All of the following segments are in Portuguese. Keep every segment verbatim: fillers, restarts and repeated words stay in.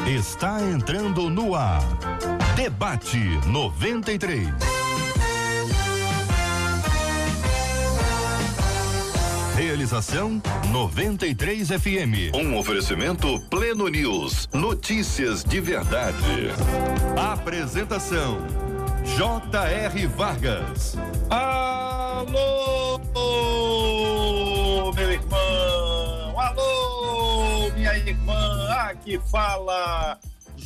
Está entrando no ar. Debate noventa e três. Realização noventa e três F M. Um oferecimento Pleno News. Notícias de verdade. Apresentação J R Vargas. Alô, meu irmão. Alô, minha irmã. Aqui fala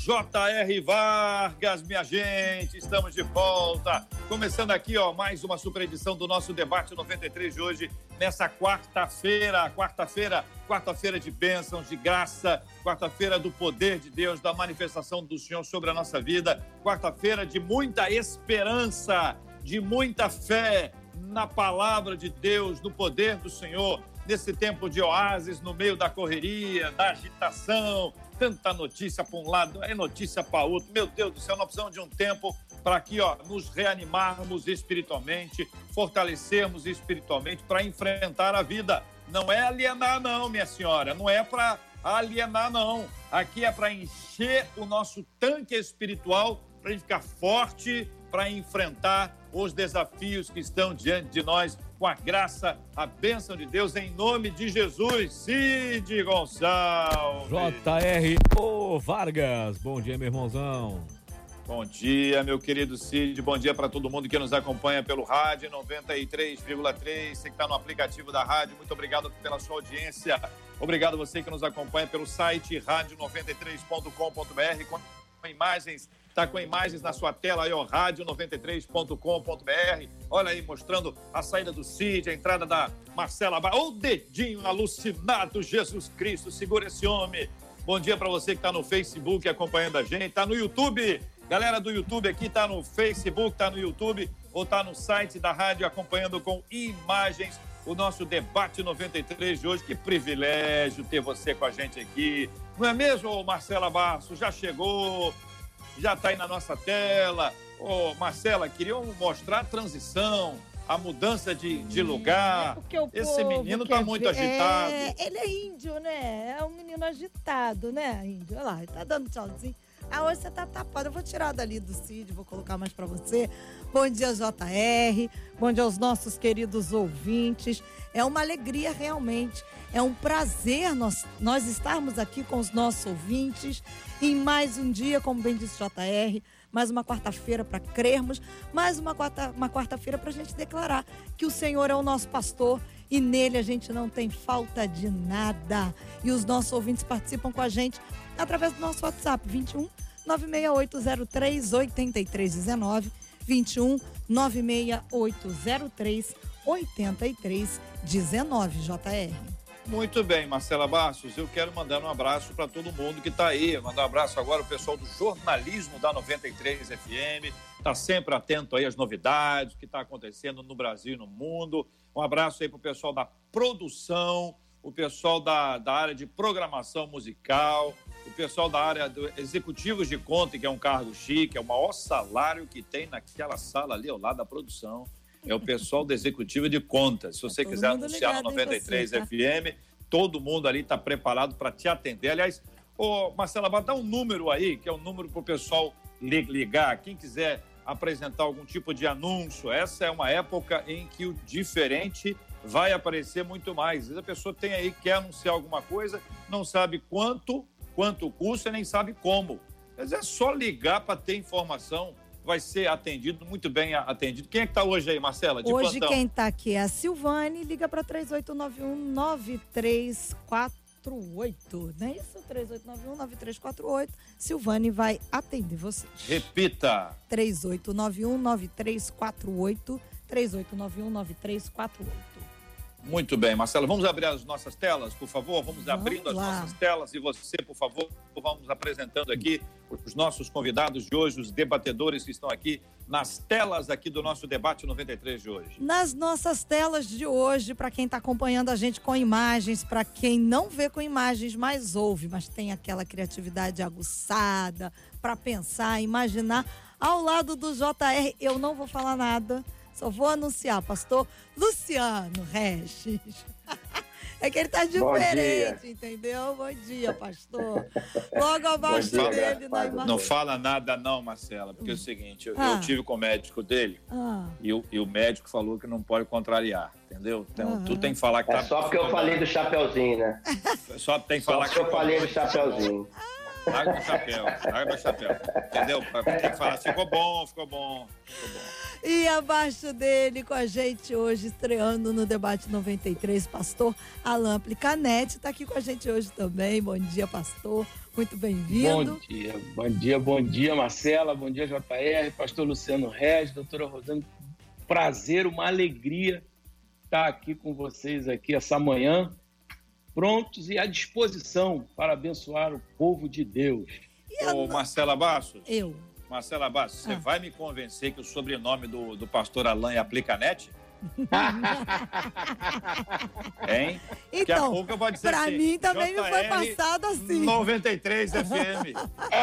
J R Vargas, minha gente. Estamos de volta. Começando aqui, ó, mais uma super edição do nosso Debate noventa e três de hoje, nessa quarta-feira, quarta-feira, quarta-feira de bênçãos, de graça, quarta-feira do poder de Deus, da manifestação do Senhor sobre a nossa vida, quarta-feira de muita esperança, de muita fé na palavra de Deus, no poder do Senhor, nesse tempo de oásis, no meio da correria, da agitação, tanta notícia para um lado, é notícia para outro. Meu Deus do céu, nós precisamos de um tempo para aqui, ó, nos reanimarmos espiritualmente, fortalecermos espiritualmente para enfrentar a vida. Não é alienar não, minha senhora, não é para alienar não. Aqui é para encher o nosso tanque espiritual, para a gente ficar forte, para enfrentar os desafios que estão diante de nós, com a graça, a bênção de Deus, em nome de Jesus. Cid Gonçalves. J R O Vargas, bom dia, meu irmãozão. Bom dia, meu querido Cid, bom dia para todo mundo que nos acompanha pelo rádio noventa e três vírgula três, você que está no aplicativo da rádio, muito obrigado pela sua audiência, obrigado você que nos acompanha pelo site rádio noventa e três ponto com ponto b r, com imagens, está com imagens na sua tela aí, ó, rádio noventa e três ponto com ponto b r, olha aí, mostrando a saída do Cid, a entrada da Marcela Bar, o dedinho alucinado, Jesus Cristo, segura esse homem. Bom dia para você que está no Facebook acompanhando a gente, está no YouTube. Galera do YouTube aqui, tá no Facebook, tá no YouTube ou tá no site da rádio acompanhando com imagens o nosso Debate noventa e três de hoje. Que privilégio ter você com a gente aqui. Não é mesmo, Marcela Barço? Já chegou, já tá aí na nossa tela. Ô, Marcela, queriam mostrar a transição, a mudança de, de lugar. É Esse menino tá muito ver. agitado. É, ele é índio, né? É um menino agitado, né, índio? Olha lá, ele tá dando tchauzinho. Ah, hoje você tá tapado. Eu vou tirar dali do Cid, vou colocar mais pra você. Bom dia, J R. Bom dia aos nossos queridos ouvintes. É uma alegria, realmente. É um prazer nós, nós estarmos aqui com os nossos ouvintes em mais um dia, como bem disse J R, mais uma quarta-feira para crermos, mais uma, quarta, uma quarta-feira para a gente declarar que o Senhor é o nosso pastor e nele a gente não tem falta de nada. E os nossos ouvintes participam com a gente através do nosso WhatsApp, vinte e um, nove seis oito zero três, oito três um nove, vinte e um, nove seis oito zero três, oito três um nove, J R. Muito bem, Marcela Bastos, eu quero mandar um abraço para todo mundo que está aí, mandar um abraço agora ao pessoal do jornalismo da noventa e três F M, está sempre atento aí às novidades, o que está acontecendo no Brasil e no mundo. Um abraço aí para o pessoal da produção, o pessoal da, da área de programação musical, o pessoal da área do executivos de conta, que é um cargo chique, é o maior salário que tem naquela sala ali ao lado da produção. É o pessoal do executivo de contas. Se você tá quiser anunciar no noventa e três você, tá? F M, todo mundo ali está preparado para te atender. Aliás, ô Marcela, vai dar um número aí, que é um número para o pessoal ligar. Quem quiser apresentar algum tipo de anúncio, essa é uma época em que o diferente vai aparecer muito mais. Às vezes a pessoa tem aí, quer anunciar alguma coisa, não sabe quanto, quanto custa e nem sabe como. Mas é só ligar para ter informação. Vai ser atendido, muito bem atendido. Quem é que está hoje aí, Marcela, de Hoje plantão? Quem está aqui é a Silvane, liga para três oito nove um, nove três quatro oito, não é isso? três oito nove um, nove três quatro oito. Silvane vai atender vocês. Repita. três oito nove um, nove três quatro oito, três oito nove um, nove três quatro oito. Muito bem, Marcela, vamos abrir as nossas telas, por favor? Vamos, vamos abrindo lá. as nossas telas e você, por favor, vamos apresentando aqui os nossos convidados de hoje, os debatedores que estão aqui nas telas aqui do nosso Debate noventa e três de hoje. Nas nossas telas de hoje, para quem está acompanhando a gente com imagens, para quem não vê com imagens, mas ouve, mas tem aquela criatividade aguçada para pensar, imaginar, ao lado do J R, eu não vou falar nada. Só vou anunciar, pastor Luciano Regis. É que ele tá diferente, entendeu? Bom dia, pastor. Logo abaixo dia, dele, na imagem. Não fala nada não, Marcela, porque hum. é o seguinte, eu, ah. eu tive com o médico dele ah. e, o, e o médico falou que não pode contrariar, entendeu? Então, ah. tu tem que falar que tá... É só porque eu falei do Chapeuzinho, né? Só tem que falar só que eu falei do Chapeuzinho. Larga o chapéu, larga o chapéu, entendeu? Tem que falar, ficou bom, ficou bom, ficou bom. E abaixo dele, com a gente hoje, estreando no Debate noventa e três, pastor Alain Plicanetti, está aqui com a gente hoje também. Bom dia, pastor, muito bem-vindo. Bom dia, bom dia, bom dia, Marcela, bom dia, J R, pastor Luciano Regis, doutora Rosana, prazer, uma alegria estar aqui com vocês aqui essa manhã, prontos e à disposição para abençoar o povo de Deus. Ô, Marcela Bastos. Eu. Marcela Bastos, você ah. vai me convencer que o sobrenome do, do pastor Alain é Aplicanetti? Hein? Então, Daqui a pouco eu vou dizer pra assim, mim também J R me foi passado assim. noventa e três F M.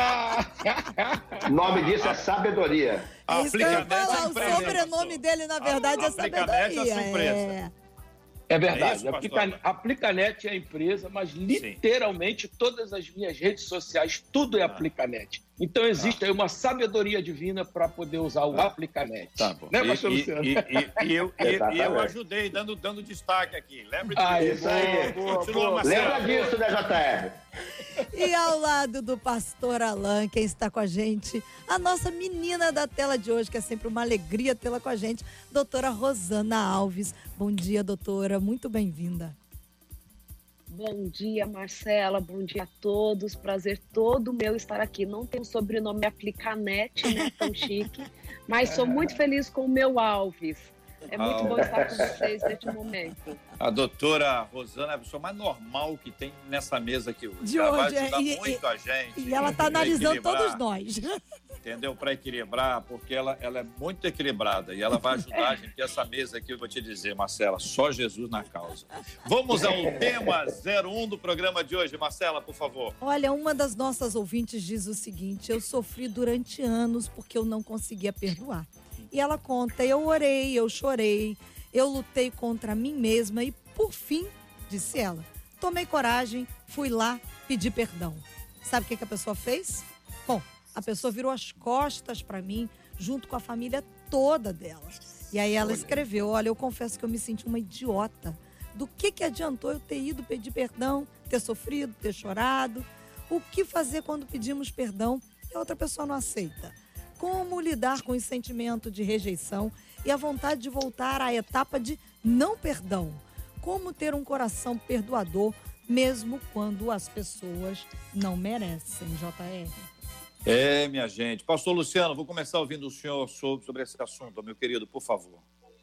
O nome disso é sabedoria. É isso que eu ia falar, o sobrenome dele, na verdade, é sabedoria. É. É verdade, é isso, a Aplicanet é a empresa, mas literalmente Sim. todas as minhas redes sociais, tudo é ah. Aplicanet. Então existe ah. aí uma sabedoria divina para poder usar o ah. Aplicanet. Tá bom. Né, e, pastor e, Luciano? E, e, e, eu, e, e eu ajudei, dando, dando destaque aqui. Lembra disso? Ah, isso aí. Boa, boa, boa. Lembra disso, né, J R? E ao lado do pastor Alain, quem está com a gente, a nossa menina da tela de hoje, que é sempre uma alegria tê-la com a gente, doutora Rosana Alves. Bom dia, doutora, muito bem-vinda. Bom dia, Marcela, bom dia a todos, prazer todo meu estar aqui. Não tenho sobrenome Aplicanet, né, tão chique, mas sou muito feliz com o meu Alves. É muito bom estar com vocês neste momento. A doutora Rosana é a pessoa mais normal que tem nessa mesa aqui hoje. De ela hoje, vai ajudar e, muito e, a gente. E ela está analisando todos nós. Entendeu? Para equilibrar, porque ela, ela é muito equilibrada e ela vai ajudar a gente. E essa mesa aqui, eu vou te dizer, Marcela, só Jesus na causa. Vamos ao tema zero um do programa de hoje. Marcela, por favor. Olha, uma das nossas ouvintes diz o seguinte: eu sofri durante anos porque eu não conseguia perdoar. E ela conta, eu orei, eu chorei, eu lutei contra mim mesma e, por fim, disse ela, tomei coragem, fui lá, pedi perdão. Sabe o que, que a pessoa fez? Bom, a pessoa virou as costas para mim, junto com a família toda dela. E aí ela escreveu, olha, eu confesso que eu me senti uma idiota. Do que, que adiantou eu ter ido pedir perdão, ter sofrido, ter chorado? O que fazer quando pedimos perdão e a outra pessoa não aceita? Como lidar com o sentimento de rejeição e a vontade de voltar à etapa de não perdão? Como ter um coração perdoador, mesmo quando as pessoas não merecem, J R? É, minha gente. Pastor Luciano, vou começar ouvindo o senhor sobre, sobre esse assunto, meu querido, por favor.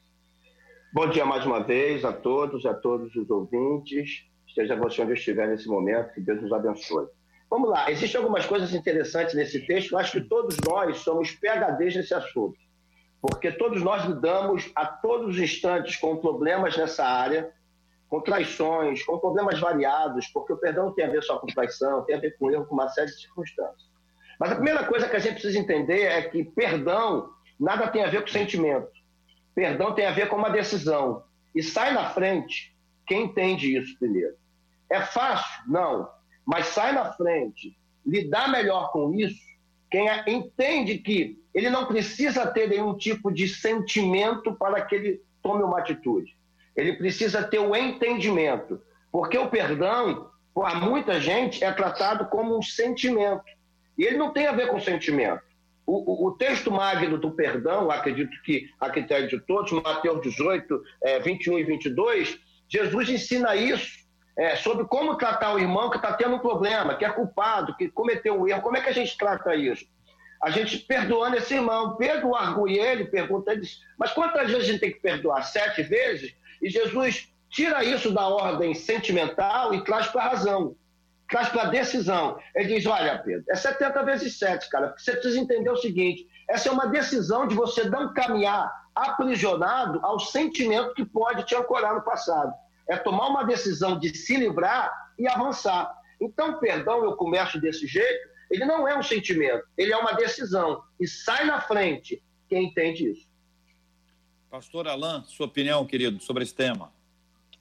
Bom dia mais uma vez a todos, a todos os ouvintes. Esteja você onde estiver nesse momento, que Deus nos abençoe. Vamos lá, existem algumas coisas interessantes nesse texto. Eu acho que todos nós somos P H Ds nesse assunto, porque todos nós lidamos a todos os instantes com problemas nessa área, com traições, com problemas variados, porque o perdão não tem a ver só com traição, tem a ver com erro, com uma série de circunstâncias. Mas a primeira coisa que a gente precisa entender é que perdão nada tem a ver com sentimento. Perdão tem a ver com uma decisão. E sai na frente quem entende isso primeiro. É fácil? Não. Mas sai na frente, lidar melhor com isso, quem entende que ele não precisa ter nenhum tipo de sentimento para que ele tome uma atitude. Ele precisa ter o entendimento, porque o perdão, para muita gente, é tratado como um sentimento. E ele não tem a ver com sentimento. O, o, o texto magno do perdão, acredito que a critério de todos, Mateus dezoito, é, vinte e um e vinte e dois, Jesus ensina isso. É, sobre como tratar o irmão que está tendo um problema, que é culpado, que cometeu um erro. Como é que a gente trata isso? A gente perdoando esse irmão. Pedro argue ele, pergunta, ele diz, mas quantas vezes a gente tem que perdoar? Sete vezes? E Jesus tira isso da ordem sentimental e traz para a razão, traz para a decisão. Ele diz, olha, Pedro, é setenta vezes sete, cara, porque você precisa entender o seguinte, essa é uma decisão de você não caminhar aprisionado ao sentimento que pode te ancorar no passado. É tomar uma decisão de se livrar e avançar. Então, perdão, eu começo desse jeito, ele não é um sentimento, ele é uma decisão. E sai na frente quem entende isso. Pastor Alain, sua opinião, querido, sobre esse tema?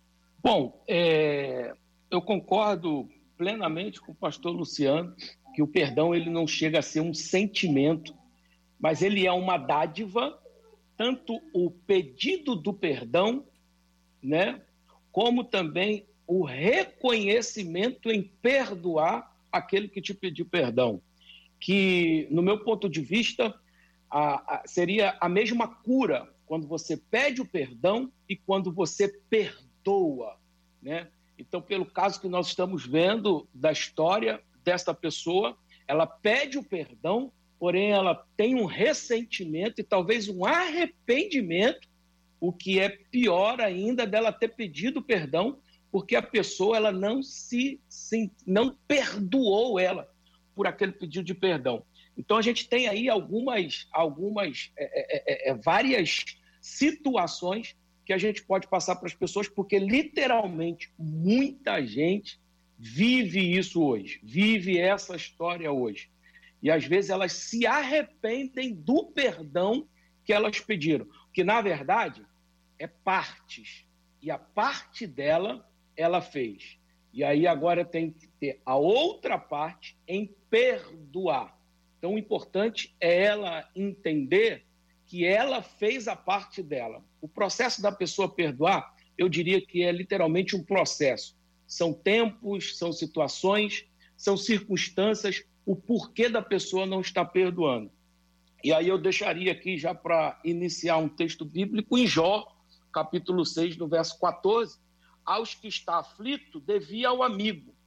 Bom, é, eu concordo plenamente com o pastor Luciano que o perdão ele não chega a ser um sentimento, mas ele é uma dádiva, tanto o pedido do perdão, né, como também o reconhecimento em perdoar aquele que te pediu perdão, que, no meu ponto de vista, a, a, seria a mesma cura quando você pede o perdão e quando você perdoa, né? Então, pelo caso que nós estamos vendo da história desta pessoa, ela pede o perdão, porém ela tem um ressentimento e talvez um arrependimento, o que é pior ainda dela ter pedido perdão, porque a pessoa ela não se, se não perdoou ela por aquele pedido de perdão. Então a gente tem aí algumas, algumas é, é, é, várias situações que a gente pode passar para as pessoas, porque literalmente muita gente vive isso hoje, vive essa história hoje. E às vezes elas se arrependem do perdão que elas pediram, que na verdade é partes, e a parte dela ela fez. E aí agora tem que ter a outra parte em perdoar. Então o importante é ela entender que ela fez a parte dela. O processo da pessoa perdoar, eu diria que é literalmente um processo. São tempos, são situações, são circunstâncias, o porquê da pessoa não estar perdoando. E aí eu deixaria aqui já para iniciar um texto bíblico em Jó, capítulo seis, no verso quatorze, aos que está aflito, devia ao amigo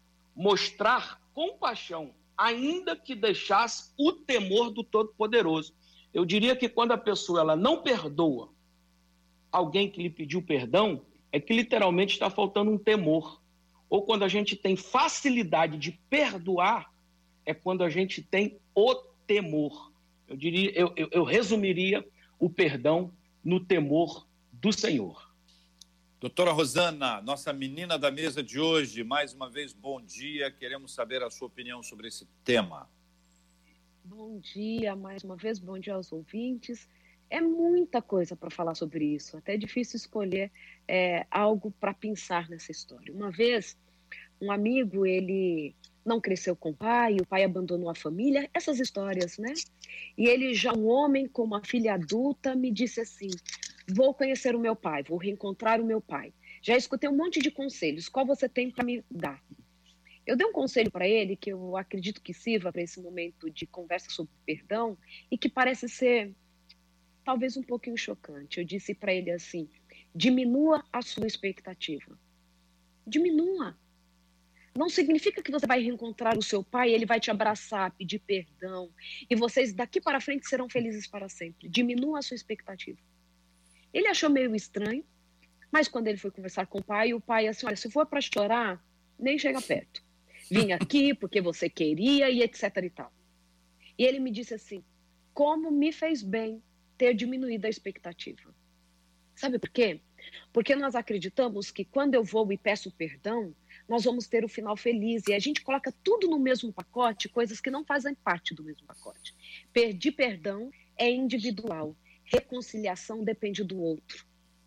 mostrar compaixão, ainda que deixasse o temor do Todo-Poderoso. Eu diria que quando a pessoa ela não perdoa alguém que lhe pediu perdão, é que literalmente está faltando um temor. Ou quando a gente tem facilidade de perdoar, é quando a gente tem o temor. Eu diria, eu, eu, eu resumiria o perdão no temor do Senhor. Doutora Rosana, nossa menina da mesa de hoje, mais uma vez, bom dia. Queremos saber a sua opinião sobre esse tema. Bom dia, mais uma vez, bom dia aos ouvintes. É muita coisa para falar sobre isso, até é difícil escolher é, algo para pensar nessa história. Uma vez, um amigo, ele não cresceu com o pai, o pai abandonou a família, essas histórias, né? E ele, já um homem com uma filha adulta, me disse assim, vou conhecer o meu pai, vou reencontrar o meu pai. Já escutei um monte de conselhos, qual você tem para me dar? Eu dei um conselho para ele que eu acredito que sirva para esse momento de conversa sobre perdão e que parece ser talvez um pouquinho chocante. Eu disse para ele assim, diminua a sua expectativa. Diminua. Não significa que você vai reencontrar o seu pai, ele vai te abraçar, pedir perdão, e vocês daqui para frente serão felizes para sempre. Diminua a sua expectativa. Ele achou meio estranho, mas quando ele foi conversar com o pai, o pai assim, olha, se for para chorar, nem chega perto. Vim aqui porque você queria e etc e tal. E ele me disse assim, como me fez bem ter diminuído a expectativa. Sabe por quê? Porque nós acreditamos que quando eu vou e peço perdão, nós vamos ter o final feliz. E a gente coloca tudo no mesmo pacote, coisas que não fazem parte do mesmo pacote. Pedir perdão é individual. Reconciliação depende do outro.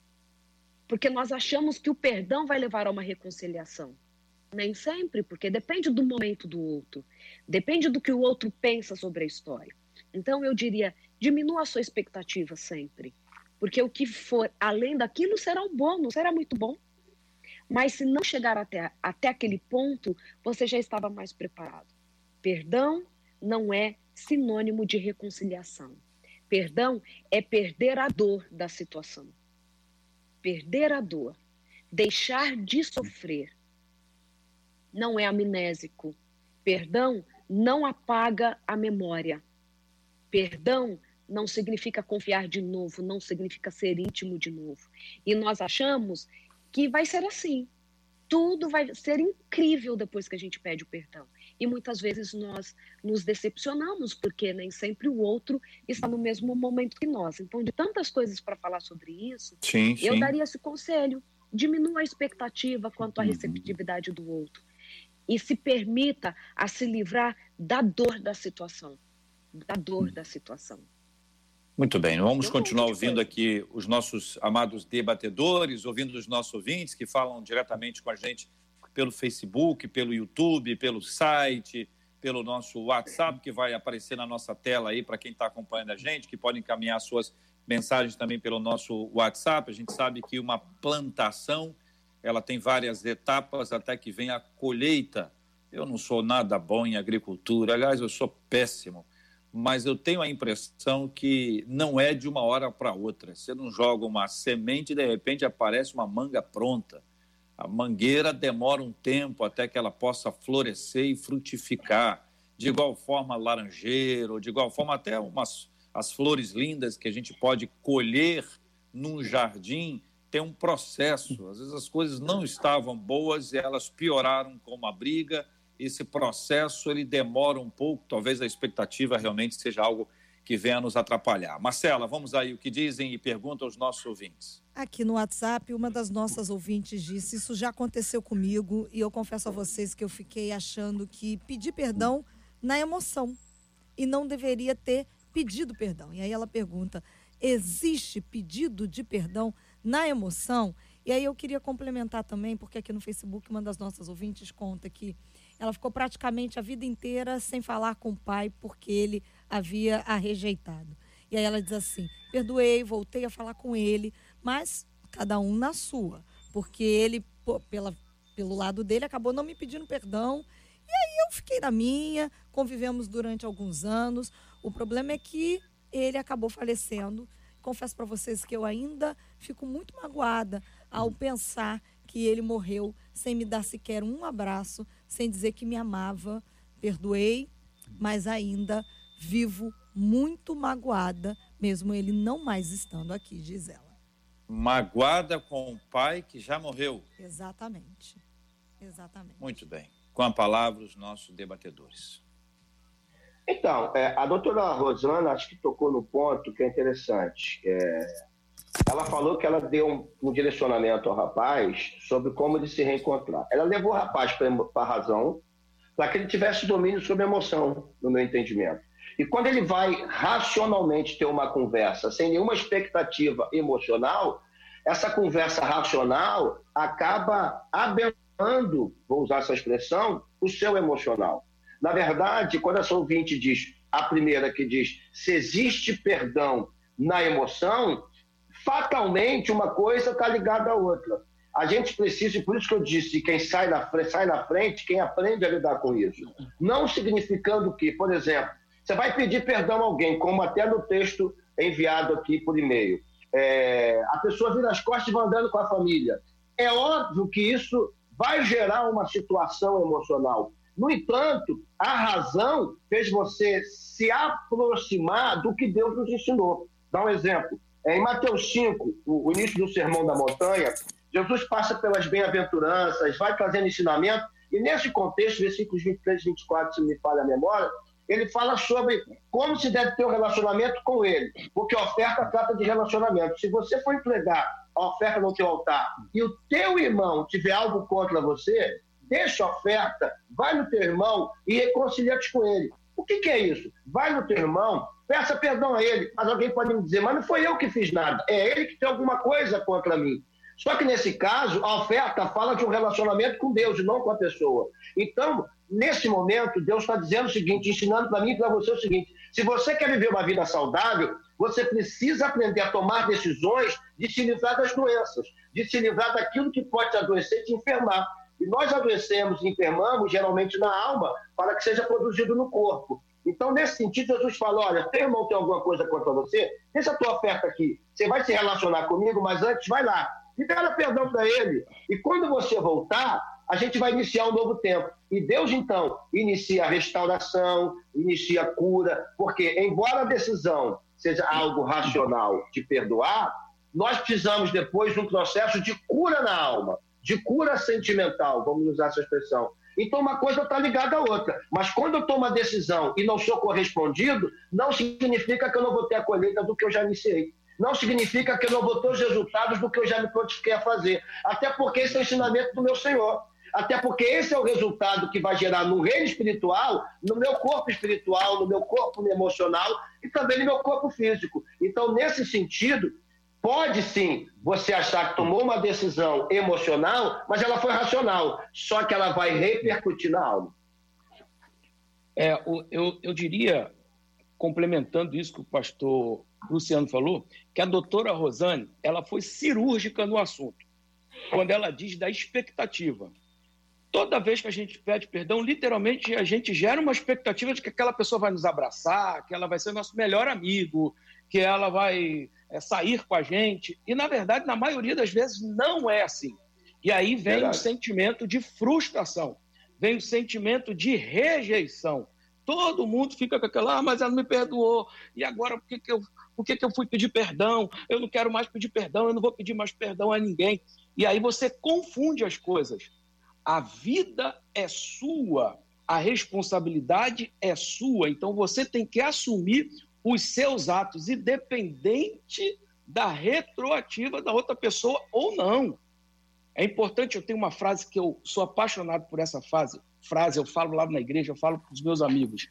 Porque nós achamos que o perdão vai levar a uma reconciliação. Nem sempre, porque depende do momento do outro. Depende do que o outro pensa sobre a história. Então, eu diria, diminua a sua expectativa sempre. Porque o que for além daquilo será um bônus, será muito bom. Mas se não chegar até, até aquele ponto, você já estava mais preparado. Perdão não é sinônimo de reconciliação. Perdão é perder a dor da situação. Perder a dor. Deixar de sofrer. Não é amnésico. Perdão não apaga a memória. Perdão não significa confiar de novo, não significa ser íntimo de novo. E nós achamos que vai ser assim. Tudo vai ser incrível depois que a gente pede o perdão. E muitas vezes nós nos decepcionamos, porque nem sempre o outro está no mesmo momento que nós. Então, de tantas coisas para falar sobre isso, sim, eu sim. daria esse conselho. Diminua a expectativa quanto à receptividade do outro. E se permita a se livrar da dor da situação. Da dor da situação. Muito bem, vamos continuar ouvindo aqui os nossos amados debatedores, ouvindo os nossos ouvintes que falam diretamente com a gente pelo Facebook, pelo YouTube, pelo site, pelo nosso WhatsApp, que vai aparecer na nossa tela aí para quem está acompanhando a gente, que pode encaminhar suas mensagens também pelo nosso WhatsApp. A gente sabe que uma plantação, ela tem várias etapas até que vem a colheita. Eu não sou nada bom em agricultura, aliás, eu sou péssimo, mas eu tenho a impressão que não é de uma hora para outra. Você não joga uma semente e, de repente, aparece uma manga pronta. A mangueira demora um tempo até que ela possa florescer e frutificar. De igual forma, laranjeiro, de igual forma, até umas, as flores lindas que a gente pode colher num jardim, tem um processo. Às vezes as coisas não estavam boas e elas pioraram com uma briga. Esse processo, ele demora um pouco, talvez a expectativa realmente seja algo que venha nos atrapalhar. Marcela, vamos aí, o que dizem e perguntam aos nossos ouvintes. Aqui no WhatsApp, uma das nossas ouvintes disse, isso já aconteceu comigo e eu confesso a vocês que eu fiquei achando que pedi perdão na emoção e não deveria ter pedido perdão. E aí ela pergunta, existe pedido de perdão na emoção? E aí eu queria complementar também, porque aqui no Facebook uma das nossas ouvintes conta que ela ficou praticamente a vida inteira sem falar com o pai porque ele havia a rejeitado. E aí ela diz assim, perdoei, voltei a falar com ele, mas cada um na sua. Porque ele, pô, pela, pelo lado dele, acabou não me pedindo perdão. E aí eu fiquei na minha, convivemos durante alguns anos. O problema é que ele acabou falecendo. Confesso para vocês que eu ainda fico muito magoada ao pensar que ele morreu sem me dar sequer um abraço, sem dizer que me amava. Perdoei, mas ainda vivo muito magoada, mesmo ele não mais estando aqui, diz ela. Magoada com o pai que já morreu. Exatamente. Exatamente. Muito bem. Com a palavra, os nossos debatedores. Então, é, a doutora Rosana, acho que tocou no ponto que é interessante. É, ela falou que ela deu um, um direcionamento ao rapaz sobre como ele se reencontrar. Ela levou o rapaz para a razão, para que ele tivesse domínio sobre a emoção, no meu entendimento. E quando ele vai racionalmente ter uma conversa, sem nenhuma expectativa emocional, essa conversa racional acaba abençoando, vou usar essa expressão, o seu emocional. Na verdade, quando essa ouvinte diz, a primeira que diz, se existe perdão na emoção, fatalmente uma coisa está ligada à outra. A gente precisa, e por isso que eu disse, quem sai na, sai na frente, quem aprende a lidar com isso. Não significando que, por exemplo, você vai pedir perdão a alguém, como até no texto enviado aqui por e-mail. É, a pessoa vira as costas e vai andando com a família. É óbvio que isso vai gerar uma situação emocional. No entanto, a razão fez você se aproximar do que Deus nos ensinou. Dá um exemplo. É, em Mateus cinco, o, o início do Sermão da Montanha, Jesus passa pelas bem-aventuranças, vai trazendo ensinamento, e nesse contexto, versículos vinte e três e vinte e quatro, se me falha a memória, ele fala sobre como se deve ter um relacionamento com ele, porque a oferta trata de relacionamento. Se você for entregar a oferta no teu altar e o teu irmão tiver algo contra você, deixa a oferta, vai no teu irmão e reconcilia-te com ele. O que, que é isso? Vai no teu irmão, peça perdão a ele, mas alguém pode me dizer, mas não foi eu que fiz nada, é ele que tem alguma coisa contra mim. Só que nesse caso, a oferta fala de um relacionamento com Deus e não com a pessoa. Então, nesse momento, Deus está dizendo o seguinte, ensinando para mim e para você o seguinte, se você quer viver uma vida saudável, você precisa aprender a tomar decisões de se livrar das doenças, de se livrar daquilo que pode te adoecer e te enfermar. E nós adoecemos e enfermamos, geralmente na alma, para que seja produzido no corpo. Então, nesse sentido, Jesus fala, olha, teu irmão tem alguma coisa contra você? Deixa a tua oferta aqui. Você vai se relacionar comigo, mas antes vai lá. Libera perdão para ele. E quando você voltar, a gente vai iniciar um novo tempo. E Deus, então, inicia a restauração, inicia a cura, porque, embora a decisão seja algo racional de perdoar, nós precisamos depois de um processo de cura na alma, de cura sentimental, vamos usar essa expressão. Então, uma coisa está ligada à outra. Mas quando eu tomo uma decisão e não sou correspondido, não significa que eu não vou ter a colheita do que eu já iniciei. Não significa que eu não vou ter os resultados do que eu já me prontifiquei a fazer. Até porque esse é o ensinamento do meu Senhor. Até porque esse é o resultado que vai gerar no reino espiritual, no meu corpo espiritual, no meu corpo emocional e também no meu corpo físico. Então, nesse sentido, pode sim você achar que tomou uma decisão emocional, mas ela foi racional, só que ela vai repercutir na alma. É, eu, eu diria, complementando isso que o pastor Luciano falou, que a doutora Rosane, ela foi cirúrgica no assunto, quando ela diz da expectativa. Toda vez que a gente pede perdão, literalmente a gente gera uma expectativa de que aquela pessoa vai nos abraçar, que ela vai ser nosso melhor amigo, que ela vai é, sair com a gente. E, na verdade, na maioria das vezes, não é assim. E aí vem Verdade. o sentimento de frustração, vem o sentimento de rejeição. Todo mundo fica com aquela, ah, mas ela não me perdoou, e agora por que, que, eu, por que, que eu fui pedir perdão? Eu não quero mais pedir perdão, eu não vou pedir mais perdão a ninguém. E aí você confunde as coisas. A vida é sua, a responsabilidade é sua, então você tem que assumir os seus atos, independente da retroativa da outra pessoa ou não. É importante, eu tenho uma frase que eu sou apaixonado por essa frase, frase eu falo lá na igreja, eu falo para os meus amigos.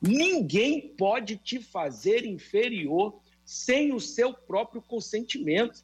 Ninguém pode te fazer inferior sem o seu próprio consentimento.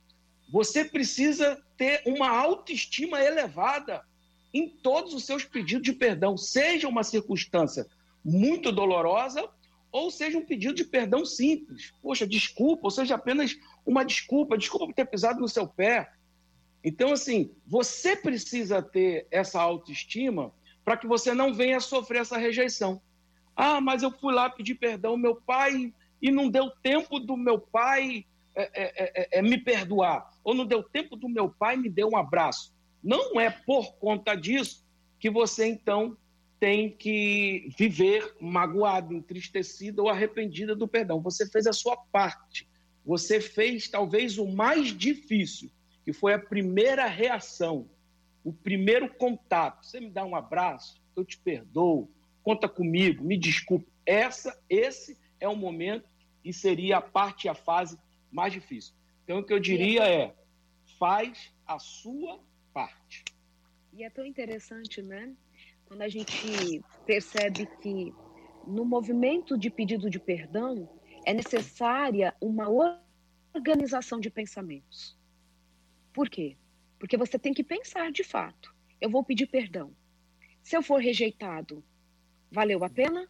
Você precisa ter uma autoestima elevada em todos os seus pedidos de perdão, seja uma circunstância muito dolorosa ou seja um pedido de perdão simples. Poxa, desculpa, ou seja apenas uma desculpa, desculpa por ter pisado no seu pé. Então, assim, você precisa ter essa autoestima para que você não venha sofrer essa rejeição. Ah, mas eu fui lá pedir perdão ao meu pai e não deu tempo do meu pai é, é, é, é, me perdoar, ou não deu tempo do meu pai me dar um abraço. Não é por conta disso que você, então, tem que viver magoado, entristecido ou arrependida do perdão. Você fez a sua parte. Você fez, talvez, o mais difícil, que foi a primeira reação, o primeiro contato. Você me dá um abraço, eu te perdoo, conta comigo, me desculpe. Essa, esse é o momento e seria a parte e a fase mais difícil. Então, o que eu diria é, faz a sua parte. E é tão interessante, né? Quando a gente percebe que no movimento de pedido de perdão é necessária uma organização de pensamentos. Por quê? Porque você tem que pensar de fato. Eu vou pedir perdão. Se eu for rejeitado, valeu a pena?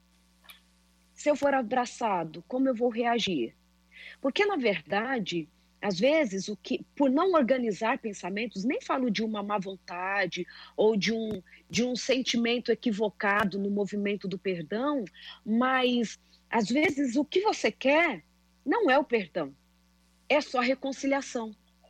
Se eu for abraçado, como eu vou reagir? Porque, na verdade, às vezes, o que, por não organizar pensamentos, nem falo de uma má vontade ou de um, de um sentimento equivocado no movimento do perdão, mas, às vezes, o que você quer não é o perdão, é só a reconciliação.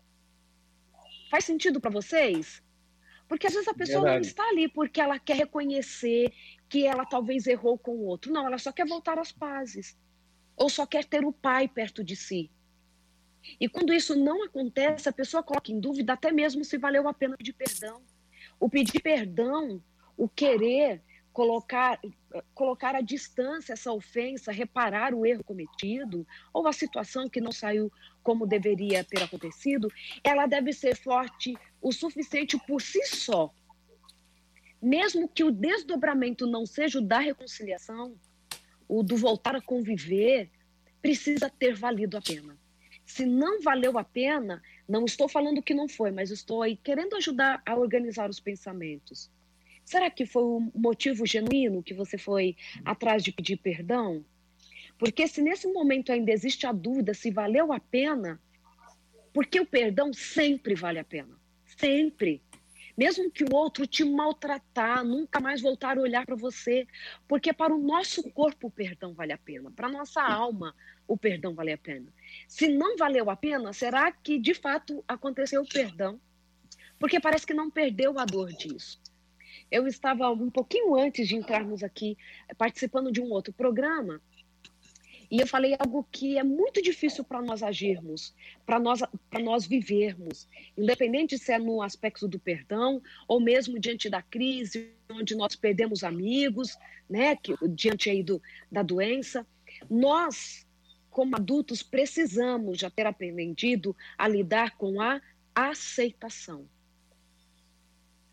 Faz sentido para vocês? Porque, às vezes, a pessoa Verdade. não está ali porque ela quer reconhecer que ela talvez errou com o outro. Não, ela só quer voltar às pazes. Ou só quer ter o pai perto de si. E quando isso não acontece, a pessoa coloca em dúvida até mesmo se valeu a pena pedir perdão. O pedir perdão, o querer colocar, colocar à distância essa ofensa, reparar o erro cometido, ou a situação que não saiu como deveria ter acontecido, ela deve ser forte o suficiente por si só. Mesmo que o desdobramento não seja o da reconciliação, o do voltar a conviver, precisa ter valido a pena. Se não valeu a pena, não estou falando que não foi, mas estou aí querendo ajudar a organizar os pensamentos. Será que foi um motivo genuíno que você foi atrás de pedir perdão? Porque se nesse momento ainda existe a dúvida se valeu a pena, porque o perdão sempre vale a pena. Sempre. Mesmo que o outro te maltratar, nunca mais voltar a olhar para você. Porque para o nosso corpo o perdão vale a pena. Para a nossa alma o perdão vale a pena. Se não valeu a pena, será que de fato aconteceu o perdão? Porque parece que não perdeu a dor disso. Eu estava um pouquinho antes de entrarmos aqui, participando de um outro programa, e eu falei algo que é muito difícil para nós agirmos, para nós, para nós vivermos, independente se é no aspecto do perdão, ou mesmo diante da crise, onde nós perdemos amigos, né, que, diante aí do, da doença. Nós, como adultos, precisamos já ter aprendido a lidar com a aceitação.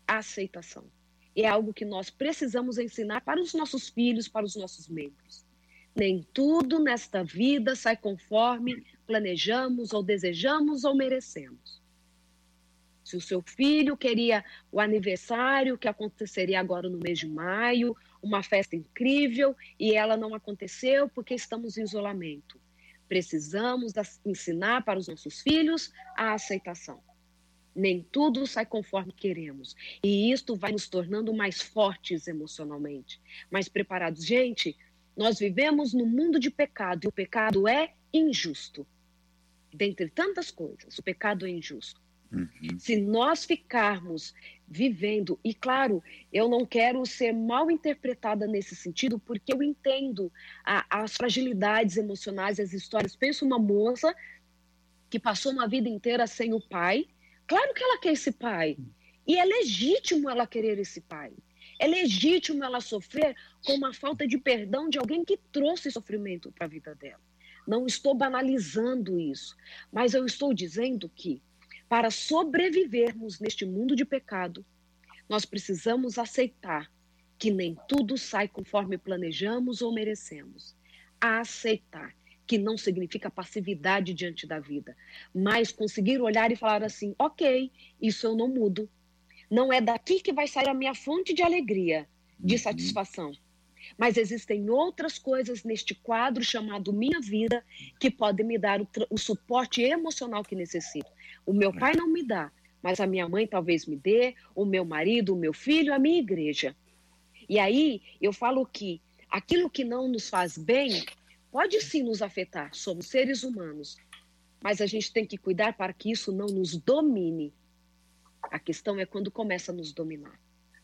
a aceitação. É algo que nós precisamos ensinar para os nossos filhos, para os nossos membros. Nem tudo nesta vida sai conforme planejamos ou desejamos ou merecemos. Se o seu filho queria o aniversário que aconteceria agora no mês de maio, uma festa incrível, e ela não aconteceu porque estamos em isolamento. Precisamos ensinar para os nossos filhos a aceitação. Nem tudo sai conforme queremos. E isto vai nos tornando mais fortes emocionalmente, mais preparados. Gente, nós vivemos num mundo de pecado, e o pecado é injusto. Dentre tantas coisas, o pecado é injusto. Uhum. Se nós ficarmos vivendo, e claro, eu não quero ser mal interpretada nesse sentido, porque eu entendo a, as fragilidades emocionais, as histórias. Penso uma moça que passou uma vida inteira sem o pai. Claro que ela quer esse pai, e é legítimo ela querer esse pai. É legítimo ela sofrer com uma falta de perdão de alguém que trouxe sofrimento para a vida dela. Não estou banalizando isso, mas eu estou dizendo que para sobrevivermos neste mundo de pecado, nós precisamos aceitar que nem tudo sai conforme planejamos ou merecemos. Aceitar, que não significa passividade diante da vida, mas conseguir olhar e falar assim, ok, isso eu não mudo. Não é daqui que vai sair a minha fonte de alegria, de satisfação. Mas existem outras coisas neste quadro chamado minha vida que podem me dar o, o suporte emocional que necessito. O meu pai não me dá, mas a minha mãe talvez me dê, o meu marido, o meu filho, a minha igreja. E aí eu falo que aquilo que não nos faz bem pode sim nos afetar, somos seres humanos, mas a gente tem que cuidar para que isso não nos domine. A questão é quando começa a nos dominar.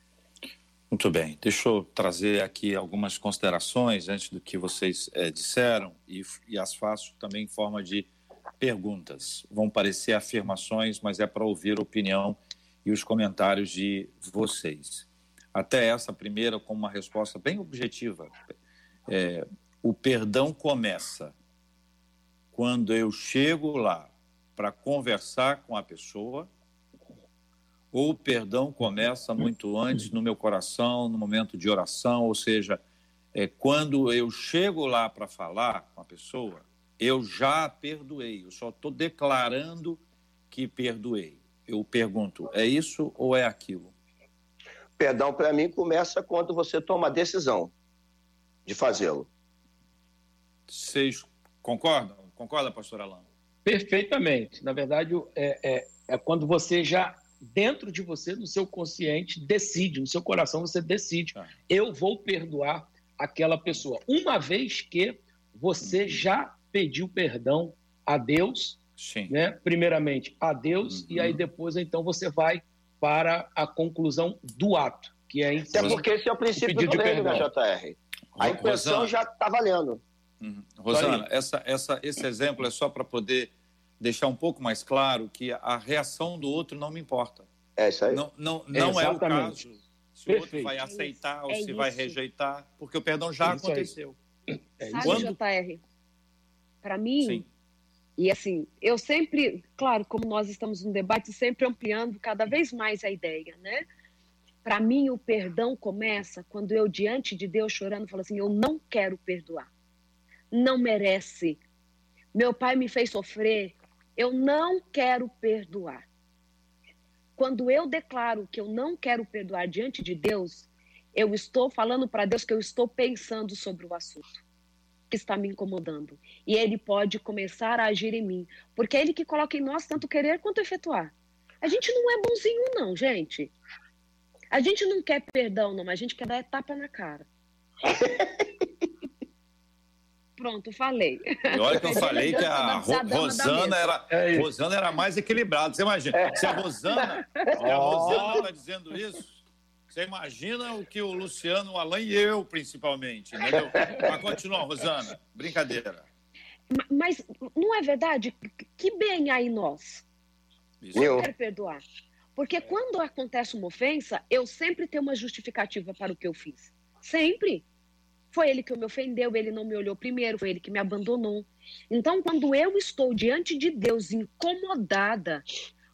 Muito bem, deixa eu trazer aqui algumas considerações antes do que vocês é, disseram e, e as faço também em forma de perguntas. Vão parecer afirmações, mas é para ouvir a opinião e os comentários de vocês. Até essa primeira, com uma resposta bem objetiva. É, o perdão começa quando eu chego lá para conversar com a pessoa, ou o perdão começa muito antes no meu coração, no momento de oração, ou seja, é, quando eu chego lá para falar com a pessoa, eu já perdoei, eu só estou declarando que perdoei. Eu pergunto, é isso ou é aquilo? Perdão, para mim, começa quando você toma a decisão de fazê-lo. Vocês concordam? Concorda, pastor Alain? Perfeitamente. Na verdade, é, é, é quando você já, dentro de você, no seu consciente, decide, no seu coração você decide, ah. eu vou perdoar aquela pessoa. Uma vez que você uhum. já pediu perdão a Deus, Sim. né? Primeiramente a Deus, uhum. e aí depois então você vai para a conclusão do ato, que é Até porque esse é o princípio do reino da J R. A intenção já está valendo. Uhum. Rosana, essa, essa, esse exemplo é só para poder deixar um pouco mais claro que a reação do outro não me importa. É isso aí. Não, não, não é o caso se Perfeito. o outro vai aceitar é ou se isso. vai rejeitar, porque o perdão já é aconteceu. É Sabe, Quando... J R, para mim, Sim. e assim, eu sempre, claro, como nós estamos no debate, sempre ampliando cada vez mais a ideia, né? Para mim, o perdão começa quando eu, diante de Deus, chorando, falo assim, eu não quero perdoar. Não merece. Meu pai me fez sofrer. Eu não quero perdoar. Quando eu declaro que eu não quero perdoar diante de Deus, eu estou falando para Deus que eu estou pensando sobre o assunto que está me incomodando. E Ele pode começar a agir em mim. Porque é Ele que coloca em nós tanto querer quanto efetuar. A gente não é bonzinho, não, gente. A gente não quer perdão, não, mas a gente quer dar tapa na cara. Pronto, falei. E olha que eu falei que a Ro Rosana era, é Rosana era mais equilibrada. Você imagina, é. se a Rosana se a Rosana está dizendo isso, você imagina o que o Luciano, o Alain e eu, principalmente, entendeu? Mas continua, Rosana, brincadeira. Mas não é verdade? Que bem aí nós. Isso. Eu não quero perdoar. Porque quando acontece uma ofensa, eu sempre tenho uma justificativa para o que eu fiz. Sempre. Foi ele que me ofendeu, ele não me olhou primeiro, foi ele que me abandonou. Então, quando eu estou diante de Deus incomodada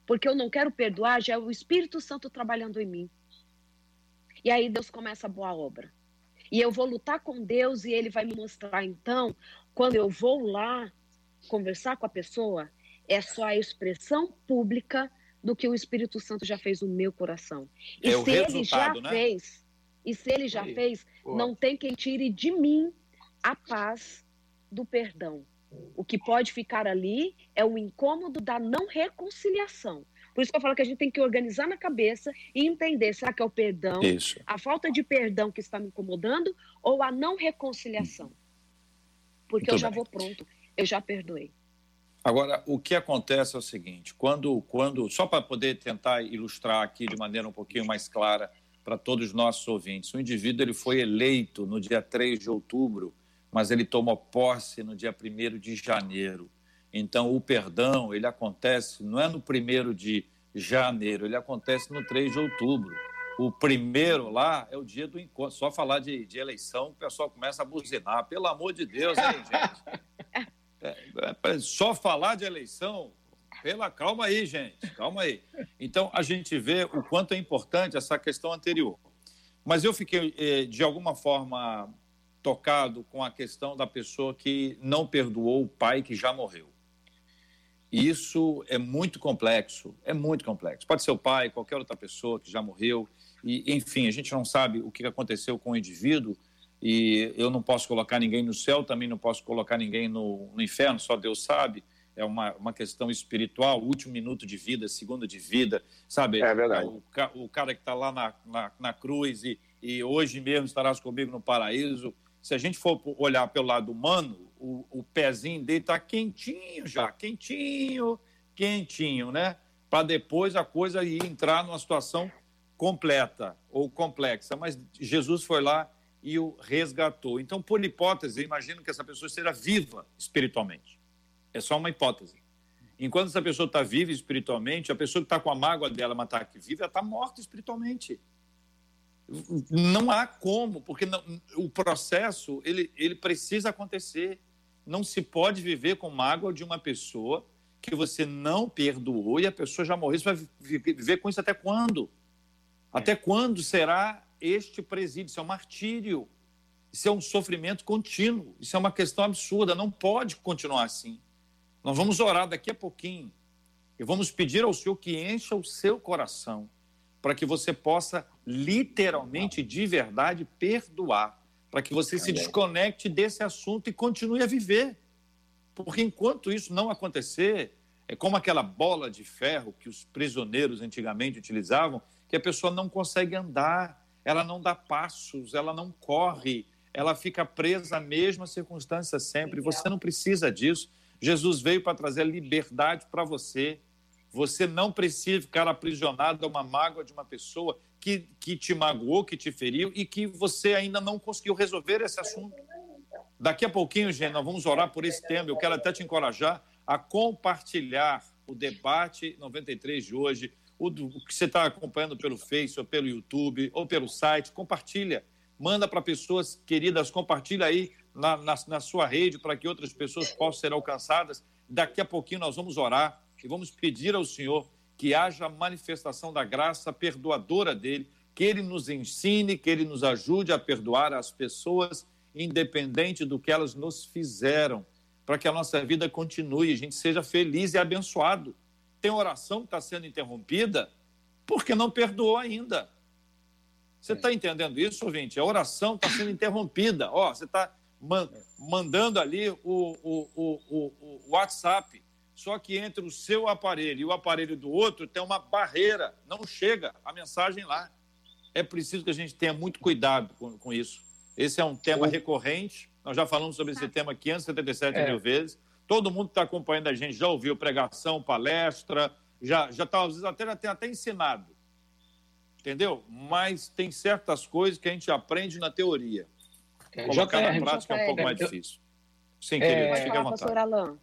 porque eu não quero perdoar, já é o Espírito Santo trabalhando em mim. E aí Deus começa a boa obra. E eu vou lutar com Deus e Ele vai me mostrar, então, quando eu vou lá conversar com a pessoa, é só a expressão pública do que o Espírito Santo já fez no meu coração. E é se ele já né? fez, e se ele já Aí. fez, Boa. não tem quem tire de mim a paz do perdão. O que pode ficar ali é o incômodo da não reconciliação. Por isso que eu falo que a gente tem que organizar na cabeça e entender, será que é o perdão, Isso. a falta de perdão que está me incomodando ou a não reconciliação? Porque Muito eu já bem. vou pronto, eu já perdoei. Agora, o que acontece é o seguinte, quando, quando só para poder tentar ilustrar aqui de maneira um pouquinho mais clara para todos os nossos ouvintes, o indivíduo ele foi eleito no dia três de outubro, mas ele tomou posse no dia primeiro de janeiro. Então, o perdão, ele acontece, não é no primeiro de janeiro, ele acontece no três de outubro. O primeiro lá é o dia do encontro. Só falar de, de eleição, o pessoal começa a buzinar. Pelo amor de Deus, hein, gente? É, é, só falar de eleição, pela, calma aí, gente, calma aí. Então, a gente vê o quanto é importante essa questão anterior. Mas eu fiquei, de alguma forma, tocado com a questão da pessoa que não perdoou o pai que já morreu. Isso é muito complexo, é muito complexo. Pode ser o pai, qualquer outra pessoa que já morreu. E, enfim, a gente não sabe o que aconteceu com o indivíduo e eu não posso colocar ninguém no céu, também não posso colocar ninguém no, no inferno, só Deus sabe. É uma, uma questão espiritual, último minuto de vida, segundo de vida, sabe? É verdade. O, o cara que está lá na, na, na cruz e, e hoje mesmo estarás comigo no paraíso. Se a gente for olhar pelo lado humano, o, o pezinho dele está quentinho já, quentinho, quentinho, né? Para depois a coisa ir entrar numa situação completa ou complexa. Mas Jesus foi lá e o resgatou. Então, por hipótese, imagino que essa pessoa esteja viva espiritualmente. É só uma hipótese. Enquanto essa pessoa está viva espiritualmente, a pessoa que está com a mágoa dela, mas está aqui viva, ela está morta espiritualmente. Não há como, porque não, o processo ele, ele precisa acontecer. Não se pode viver com mágoa de uma pessoa que você não perdoou e a pessoa já morreu. Você vai viver com isso até quando? Até quando será este presídio? Isso é um martírio. Isso é um sofrimento contínuo. Isso é uma questão absurda. Não pode continuar assim. Nós vamos orar daqui a pouquinho e vamos pedir ao Senhor que encha o seu coração para que você possa literalmente, de verdade, perdoar, para que você se desconecte desse assunto e continue a viver. Porque enquanto isso não acontecer, é como aquela bola de ferro que os prisioneiros antigamente utilizavam, que a pessoa não consegue andar, ela não dá passos, ela não corre, ela fica presa à mesma circunstância sempre. Você não precisa disso. Jesus veio para trazer liberdade para você. Você não precisa ficar aprisionado a uma mágoa de uma pessoa que, que te magoou, que te feriu e que você ainda não conseguiu resolver esse assunto. Daqui a pouquinho, gente, nós vamos orar por esse tema. Eu quero até te encorajar a compartilhar o debate noventa e três de hoje, o, do, o que você está acompanhando pelo Face, ou pelo YouTube, ou pelo site. Compartilha, manda para pessoas queridas, compartilha aí na, na, na sua rede para que outras pessoas possam ser alcançadas. Daqui a pouquinho nós vamos orar e vamos pedir ao Senhor que haja manifestação da graça perdoadora dele, que ele nos ensine, que ele nos ajude a perdoar as pessoas, independente do que elas nos fizeram, para que a nossa vida continue, a gente seja feliz e abençoado. Tem oração que está sendo interrompida porque não perdoou ainda. Você está entendendo isso, ouvinte? A oração está sendo interrompida. Ó, você está man- mandando ali o, o, o, o, o WhatsApp, só que entre o seu aparelho e o aparelho do outro tem uma barreira, não chega a mensagem lá. É preciso que a gente tenha muito cuidado com, com isso. Esse é um tema recorrente, nós já falamos sobre esse tema quinhentas e setenta e sete É. mil vezes. Todo mundo que está acompanhando a gente já ouviu pregação, palestra, já já está, às vezes, até, já tem até ensinado. Entendeu? Mas tem certas coisas que a gente aprende na teoria. É, Colocar J R, na prática é um pouco mais eu- difícil. Sim, É, querido, Pode fique à falar, vontade. pastor Alain.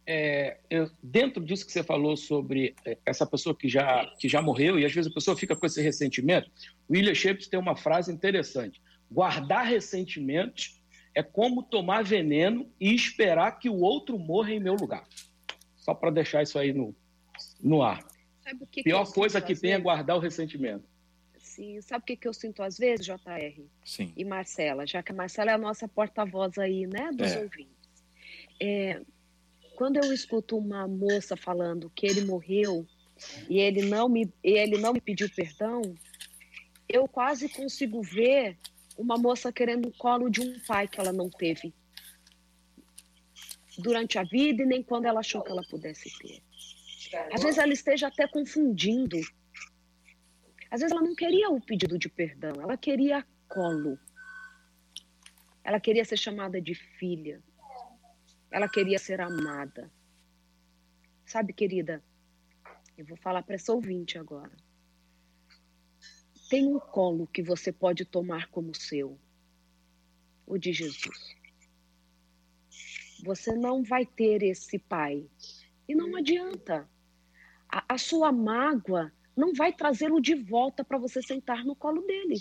É, eu- dentro disso que você falou sobre é, essa pessoa que já, que já morreu, e às vezes a pessoa fica com esse ressentimento, William Shakespeare tem uma frase interessante: guardar ressentimentos é como tomar veneno e esperar que o outro morra em meu lugar. Só para deixar isso aí no, no ar. Sabe o que Pior que eu coisa sinto, que às tem é vezes? guardar o ressentimento. Sim, sabe o que que eu sinto às vezes, J R Sim. e Marcela? Já que a Marcela é a nossa porta-voz aí, né, dos É. ouvintes. É, quando eu escuto uma moça falando que ele morreu e ele não me, ele não me pediu perdão, eu quase consigo ver uma moça querendo o colo de um pai que ela não teve durante a vida e nem quando ela achou que ela pudesse ter. Às vezes ela esteja até confundindo. Às vezes ela não queria o pedido de perdão, ela queria colo. Ela queria ser chamada de filha. Ela queria ser amada. Sabe, querida, eu vou falar para essa ouvinte agora. Tem um colo que você pode tomar como seu, o de Jesus. Você não vai ter esse pai. E não adianta. A, a sua mágoa não vai trazê-lo de volta para você sentar no colo dele.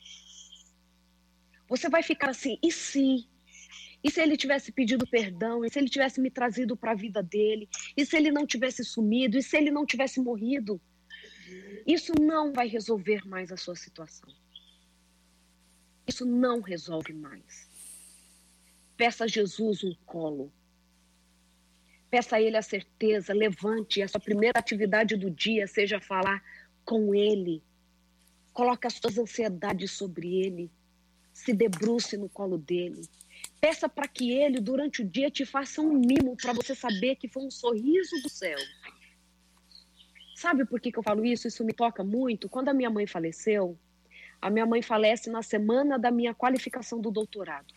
Você vai ficar assim, e se? E se ele tivesse pedido perdão? E se ele tivesse me trazido para a vida dele? E se ele não tivesse sumido? E se ele não tivesse morrido? Isso não vai resolver mais a sua situação. Isso não resolve mais. Peça a Jesus um colo. Peça a Ele a certeza, levante, a sua primeira atividade do dia seja falar com Ele. Coloque as suas ansiedades sobre Ele. Se debruce no colo dEle. Peça para que Ele, durante o dia, te faça um mimo para você saber que foi um sorriso do céu. Sabe por que que eu falo isso? Isso me toca muito. Quando a minha mãe faleceu, a minha mãe falece na semana da minha qualificação do doutorado.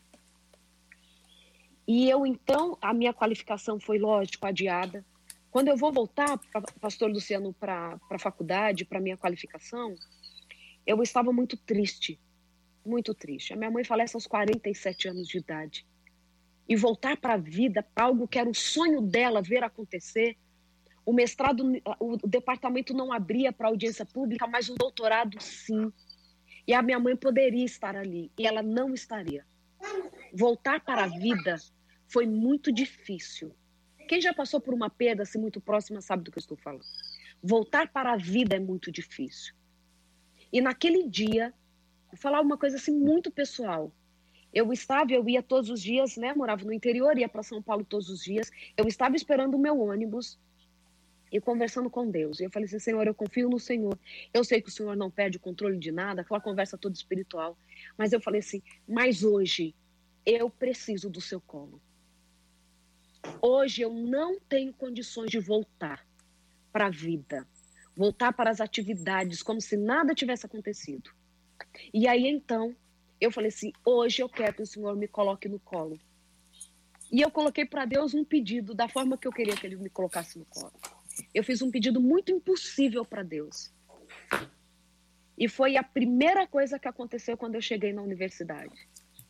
E eu, então, a minha qualificação foi, lógico, adiada. Quando eu vou voltar, pastor Luciano, para a faculdade, para a minha qualificação, eu estava muito triste, muito triste. A minha mãe falece aos quarenta e sete anos de idade. E voltar para a vida, para algo que era o sonho dela ver acontecer. O mestrado, o departamento não abria para audiência pública, mas o doutorado, sim. E a minha mãe poderia estar ali, e ela não estaria. Voltar para a vida foi muito difícil. Quem já passou por uma perda assim muito próxima sabe do que eu estou falando. Voltar para a vida é muito difícil. E naquele dia, vou falar uma coisa assim muito pessoal. Eu estava, eu ia todos os dias, né? Morava no interior, ia para São Paulo todos os dias. Eu estava esperando o meu ônibus e conversando com Deus. E eu falei assim, Senhor, eu confio no Senhor. Eu sei que o Senhor não perde o controle de nada, aquela conversa toda espiritual. Mas eu falei assim, mas hoje eu preciso do seu colo. Hoje eu não tenho condições de voltar para a vida, voltar para as atividades, como se nada tivesse acontecido. E aí então, eu falei assim, hoje eu quero que o Senhor me coloque no colo. E eu coloquei para Deus um pedido da forma que eu queria que Ele me colocasse no colo. Eu fiz um pedido muito impossível para Deus. E foi a primeira coisa que aconteceu quando eu cheguei na universidade.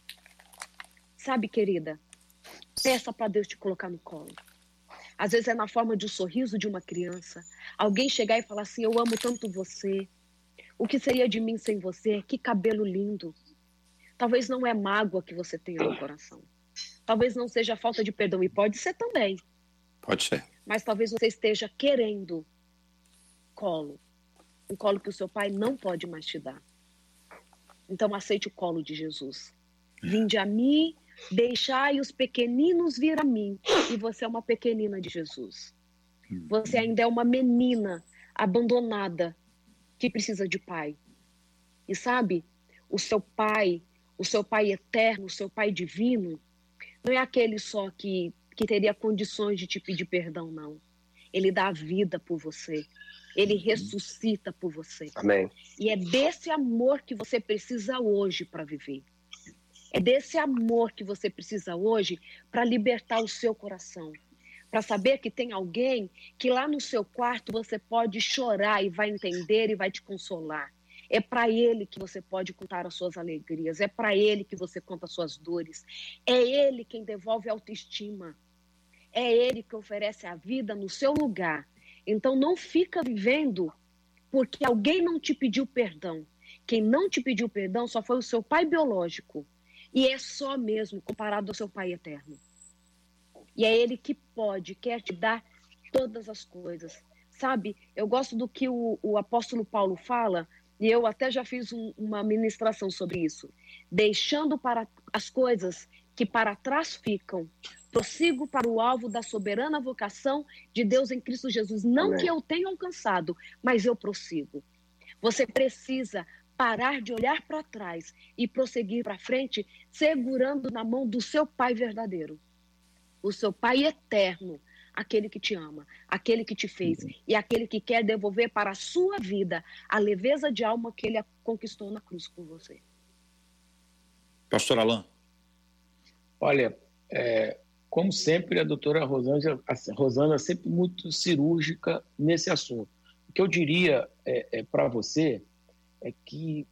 Sabe, querida, peça para Deus te colocar no colo. Às vezes é na forma de um sorriso de uma criança. Alguém chegar e falar assim, eu amo tanto você. O que seria de mim sem você? Que cabelo lindo. Talvez não é mágoa que você tenha no coração. Talvez não seja falta de perdão. E pode ser também. Pode ser. Mas talvez você esteja querendo colo. Um colo que o seu pai não pode mais te dar. Então aceite o colo de Jesus. Vinde a mim, deixai os pequeninos vir a mim. E você é uma pequenina de Jesus. Você ainda é uma menina abandonada que precisa de pai. E sabe, o seu pai, o seu pai eterno, o seu pai divino, não é aquele só que, que teria condições de te pedir perdão, não. Ele dá a vida por você. Ele ressuscita por você. Amém. E é desse amor que você precisa hoje para viver. É desse amor que você precisa hoje para libertar o seu coração. Para saber que tem alguém que lá no seu quarto você pode chorar e vai entender e vai te consolar. É para ele que você pode contar as suas alegrias. É para ele que você conta as suas dores. É ele quem devolve a autoestima. É ele que oferece a vida no seu lugar. Então não fica vivendo porque alguém não te pediu perdão. Quem não te pediu perdão só foi o seu pai biológico. E é só mesmo comparado ao seu pai eterno. E é ele que pode, quer te dar todas as coisas. sabe? Eu gosto do que o, o apóstolo Paulo fala, e eu até já fiz um, uma ministração sobre isso. Deixando para as coisas que para trás ficam, prossigo para o alvo da soberana vocação de Deus em Cristo Jesus. Não Amém. Que eu tenha alcançado, mas eu prossigo. Você precisa parar de olhar para trás e prosseguir para frente, segurando na mão do seu Pai verdadeiro. O seu Pai eterno, aquele que te ama, aquele que te fez e aquele que quer devolver para a sua vida a leveza de alma que ele conquistou na cruz por você. Pastor Alain. Olha, é, como sempre, a doutora Rosângela, a Rosana é sempre muito cirúrgica nesse assunto. O que eu diria é, é, para você é que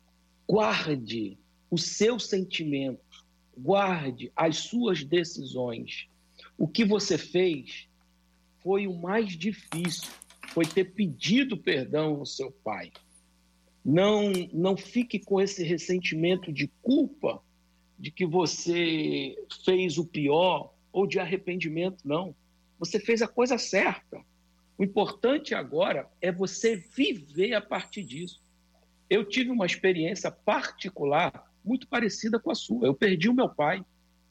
guarde o seu sentimento, guarde as suas decisões. O que você fez foi o mais difícil, foi ter pedido perdão ao seu pai. Não, não fique com esse ressentimento de culpa de que você fez o pior ou de arrependimento, não. Você fez a coisa certa. O importante agora é você viver a partir disso. Eu tive uma experiência particular muito parecida com a sua. Eu perdi o meu pai.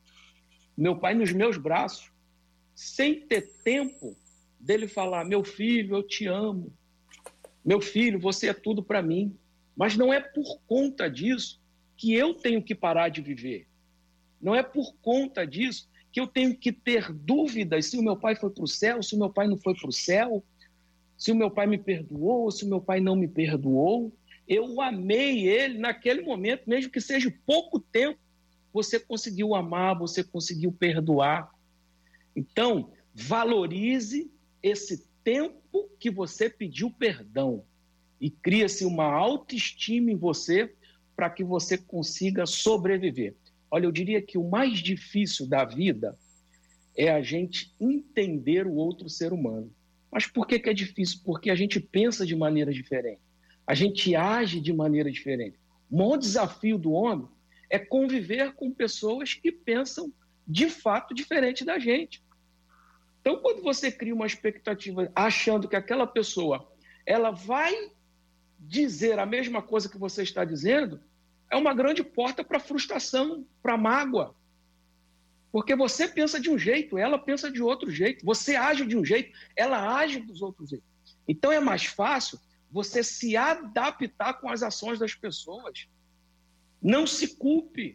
Meu pai nos meus braços, sem ter tempo dele falar: meu filho, eu te amo. Meu filho, você é tudo para mim. Mas não é por conta disso que eu tenho que parar de viver. Não é por conta disso que eu tenho que ter dúvidas se o meu pai foi para o céu, se o meu pai não foi para o céu, se o meu pai me perdoou, se o meu pai não me perdoou. Eu amei ele naquele momento, mesmo que seja pouco tempo, você conseguiu amar, você conseguiu perdoar. Então, valorize esse tempo que você pediu perdão e cria-se uma autoestima em você para que você consiga sobreviver. Olha, eu diria que o mais difícil da vida é a gente entender o outro ser humano. Mas por que que é difícil? Porque a gente pensa de maneira diferente. A gente age de maneira diferente. O maior desafio do homem é conviver com pessoas que pensam de fato diferente da gente. Então, quando você cria uma expectativa achando que aquela pessoa ela vai dizer a mesma coisa que você está dizendo, é uma grande porta para frustração, para mágoa. Porque você pensa de um jeito, ela pensa de outro jeito. Você age de um jeito, ela age dos outros jeitos. Então, é mais fácil você se adaptar com as ações das pessoas. Não se culpe.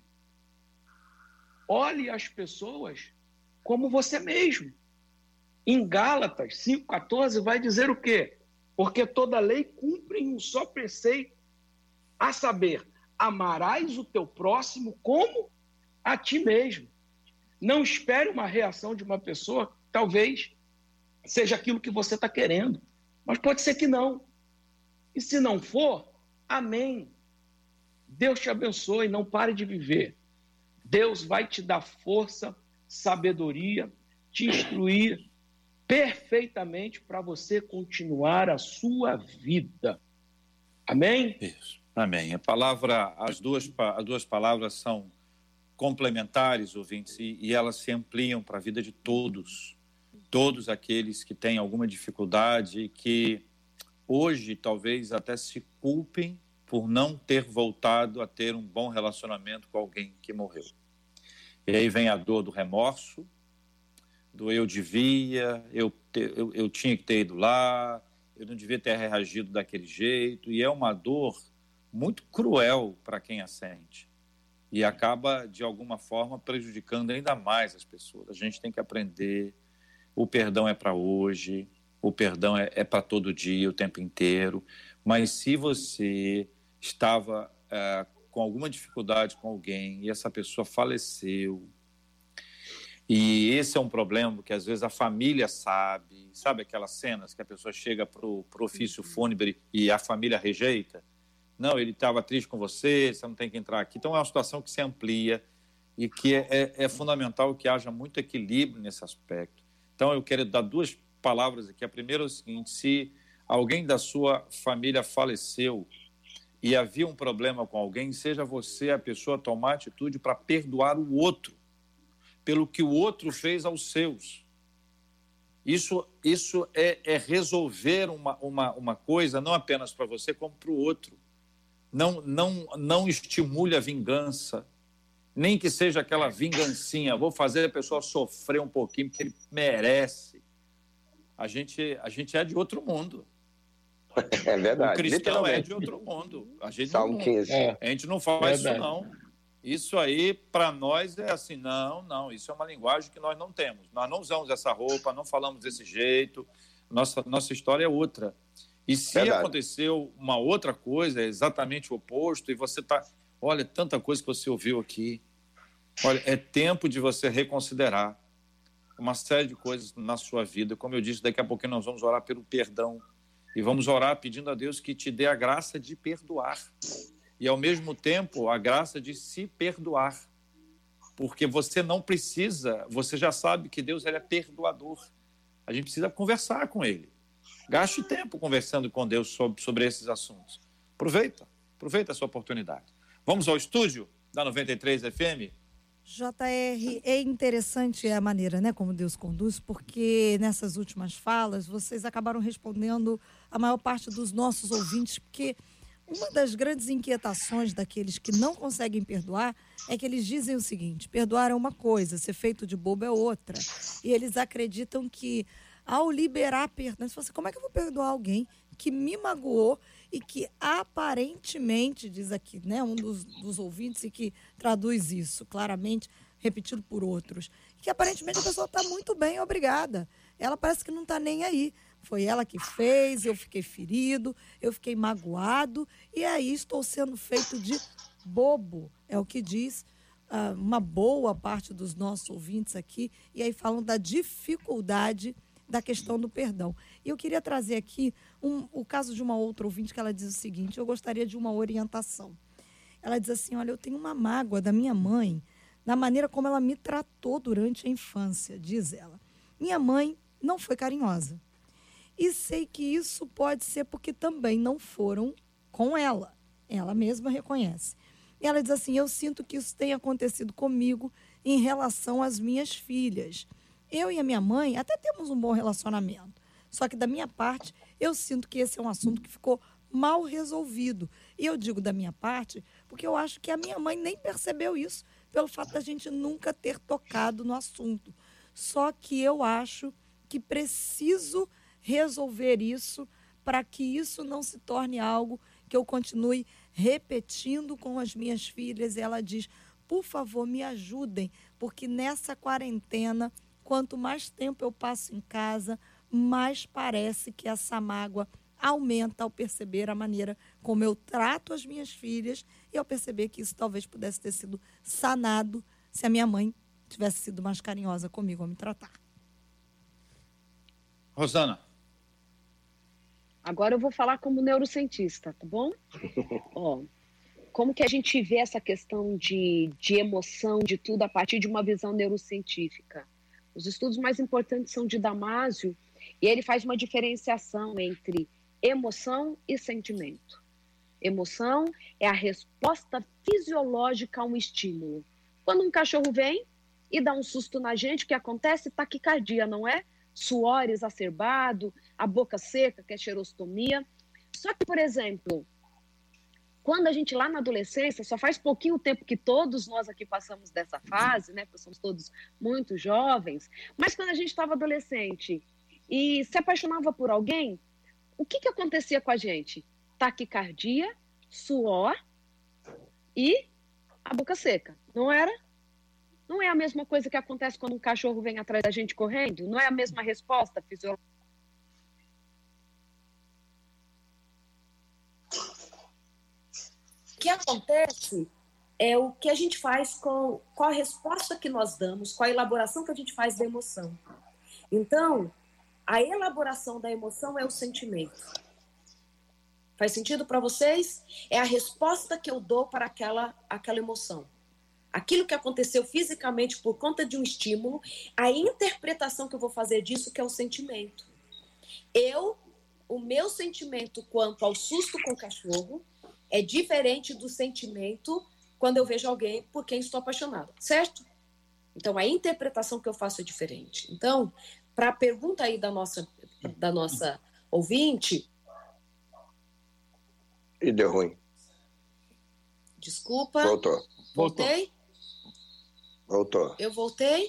Olhe as pessoas como você mesmo. Em Gálatas cinco, quatorze vai dizer o quê? Porque toda lei cumpre em um só preceito, a saber, amarás o teu próximo como a ti mesmo. Não espere uma reação de uma pessoa, talvez seja aquilo que você está querendo, mas pode ser que não. E se não for, amém. Deus te abençoe, não pare de viver. Deus vai te dar força, sabedoria, te instruir perfeitamente para você continuar a sua vida. Amém? Isso. Amém. A palavra, as duas, as duas palavras são complementares, ouvintes, e, e elas se ampliam para a vida de todos. Todos aqueles que têm alguma dificuldade e que hoje talvez até se culpem por não ter voltado a ter um bom relacionamento com alguém que morreu. E aí vem a dor do remorso, do eu devia, eu, te, eu, eu tinha que ter ido lá, eu não devia ter reagido daquele jeito, e é uma dor muito cruel para quem a sente. E acaba, de alguma forma, prejudicando ainda mais as pessoas. A gente tem que aprender, o perdão é para hoje, o perdão é, é para todo dia, o tempo inteiro. Mas se você estava é, com alguma dificuldade com alguém e essa pessoa faleceu, e esse é um problema que às vezes a família sabe, sabe aquelas cenas que a pessoa chega para o ofício fúnebre e a família rejeita? Não, ele estava triste com você, você não tem que entrar aqui. Então é uma situação que se amplia e que é, é, é fundamental que haja muito equilíbrio nesse aspecto. Então eu quero dar duas palavras aqui. A primeira é o seguinte: se alguém da sua família faleceu e havia um problema com alguém, seja você a pessoa a tomar atitude para perdoar o outro pelo que o outro fez aos seus. Isso, isso é, é resolver uma, uma, uma coisa não apenas para você, como para o outro. Não, não, não estimule a vingança, nem que seja aquela vingancinha. Vou fazer a pessoa sofrer um pouquinho, porque ele merece. A gente, a gente é de outro mundo. É verdade. O cristão é de outro mundo. A gente Salmo não, quinze. é. A gente não faz Verdade. isso, não. Isso aí, para nós, é assim, não, não, isso é uma linguagem que nós não temos. Nós não usamos essa roupa, não falamos desse jeito, nossa, nossa história é outra. E se Verdade. aconteceu uma outra coisa, é exatamente o oposto, e você está... Olha, tanta coisa que você ouviu aqui. Olha, é tempo de você reconsiderar uma série de coisas na sua vida. Como eu disse, daqui a pouquinho nós vamos orar pelo perdão. E vamos orar pedindo a Deus que te dê a graça de perdoar. E, ao mesmo tempo, a graça de se perdoar. Porque você não precisa, você já sabe que Deus ele é perdoador. A gente precisa conversar com Ele. Gaste tempo conversando com Deus sobre, sobre esses assuntos. Aproveita, aproveita essa oportunidade. Vamos ao estúdio da noventa e três F M? J R, é interessante a maneira, né, como Deus conduz, porque nessas últimas falas vocês acabaram respondendo a maior parte dos nossos ouvintes, porque uma das grandes inquietações daqueles que não conseguem perdoar é que eles dizem o seguinte: perdoar é uma coisa, ser feito de bobo é outra. E eles acreditam que ao liberar perdão, você fala assim, como é que eu vou perdoar alguém que me magoou e que aparentemente, diz aqui, né, um dos, dos ouvintes e que traduz isso claramente, repetido por outros, que aparentemente a pessoa está muito bem, obrigada. Ela parece que não está nem aí. Foi ela que fez, eu fiquei ferido, eu fiquei magoado e aí estou sendo feito de bobo, é o que diz uh, uma boa parte dos nossos ouvintes aqui, e aí falam da dificuldade da questão do perdão. E eu queria trazer aqui um, o caso de uma outra ouvinte que ela diz o seguinte: eu gostaria de uma orientação. Ela diz assim, olha, eu tenho uma mágoa da minha mãe na maneira como ela me tratou durante a infância, diz ela. Minha mãe não foi carinhosa. E sei que isso pode ser porque também não foram com ela. Ela mesma reconhece. E ela diz assim, eu sinto que isso tem acontecido comigo em relação às minhas filhas. Eu e a minha mãe até temos um bom relacionamento. Só que da minha parte, eu sinto que esse é um assunto que ficou mal resolvido. E eu digo da minha parte porque eu acho que a minha mãe nem percebeu isso, pelo fato da gente nunca ter tocado no assunto. Só que eu acho que preciso resolver isso para que isso não se torne algo que eu continue repetindo com as minhas filhas. E ela diz, por favor, me ajudem, porque nessa quarentena, quanto mais tempo eu passo em casa, mais parece que essa mágoa aumenta ao perceber a maneira como eu trato as minhas filhas e ao perceber que isso talvez pudesse ter sido sanado se a minha mãe tivesse sido mais carinhosa comigo ao me tratar. Rosana. Agora eu vou falar como neurocientista, tá bom? Ó, como que a gente vê essa questão de, de emoção, de tudo, a partir de uma visão neurocientífica? Os estudos mais importantes são de Damasio, e ele faz uma diferenciação entre emoção e sentimento. Emoção é a resposta fisiológica a um estímulo. Quando um cachorro vem e dá um susto na gente, o que acontece? Taquicardia, não é? Suor exacerbado, a boca seca, que é xerostomia. Só que, por exemplo, quando a gente lá na adolescência, só faz pouquinho tempo que todos nós aqui passamos dessa fase, né? Porque somos todos muito jovens, mas quando a gente estava adolescente e se apaixonava por alguém, o que, que acontecia com a gente? Taquicardia, suor e a boca seca, não era? Não é a mesma coisa que acontece quando um cachorro vem atrás da gente correndo? Não é a mesma resposta fisiológica? O que acontece é o que a gente faz com, com a resposta que nós damos, com a elaboração que a gente faz da emoção. Então, a elaboração da emoção é o sentimento. Faz sentido para vocês? É a resposta que eu dou para aquela, aquela emoção. Aquilo que aconteceu fisicamente por conta de um estímulo, a interpretação que eu vou fazer disso que é o sentimento. Eu, o meu sentimento quanto ao susto com o cachorro é diferente do sentimento quando eu vejo alguém por quem estou apaixonada, certo? Então, a interpretação que eu faço é diferente. Então, para a pergunta aí da nossa, da nossa ouvinte... E deu ruim. Desculpa. Voltou. Voltei? Voltou. Eu voltei?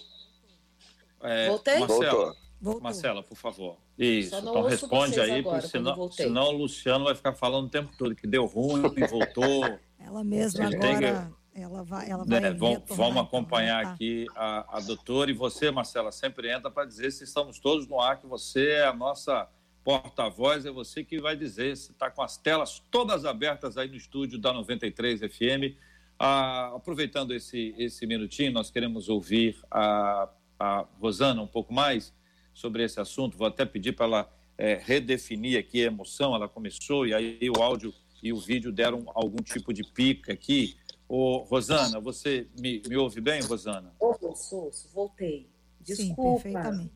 É, Voltei? Marcela, Voltou. Marcela, por favor. Isso, Só não então ouço responde vocês aí, agora, porque quando eu senão, voltei. senão o Luciano vai ficar falando o tempo todo que deu ruim, voltou. Ela mesma Ele tem agora, ela vai, ela vai Né, vamos, retornar, vamos então, acompanhar tá? aqui a, a doutora. E você, Marcela, sempre entra para dizer se estamos todos no ar, que você é a nossa porta-voz, é você que vai dizer se está com as telas todas abertas aí no estúdio da noventa e três F M. Ah, aproveitando esse, esse minutinho, nós queremos ouvir a, a Rosana um pouco mais sobre esse assunto. Vou até pedir para ela é, redefinir aqui a emoção. Ela começou e aí o áudio e o vídeo deram algum tipo de pica aqui. Ô, Rosana, você me, me ouve bem, Rosana? Ouço, ouço, voltei. Desculpa. Sim, perfeitamente.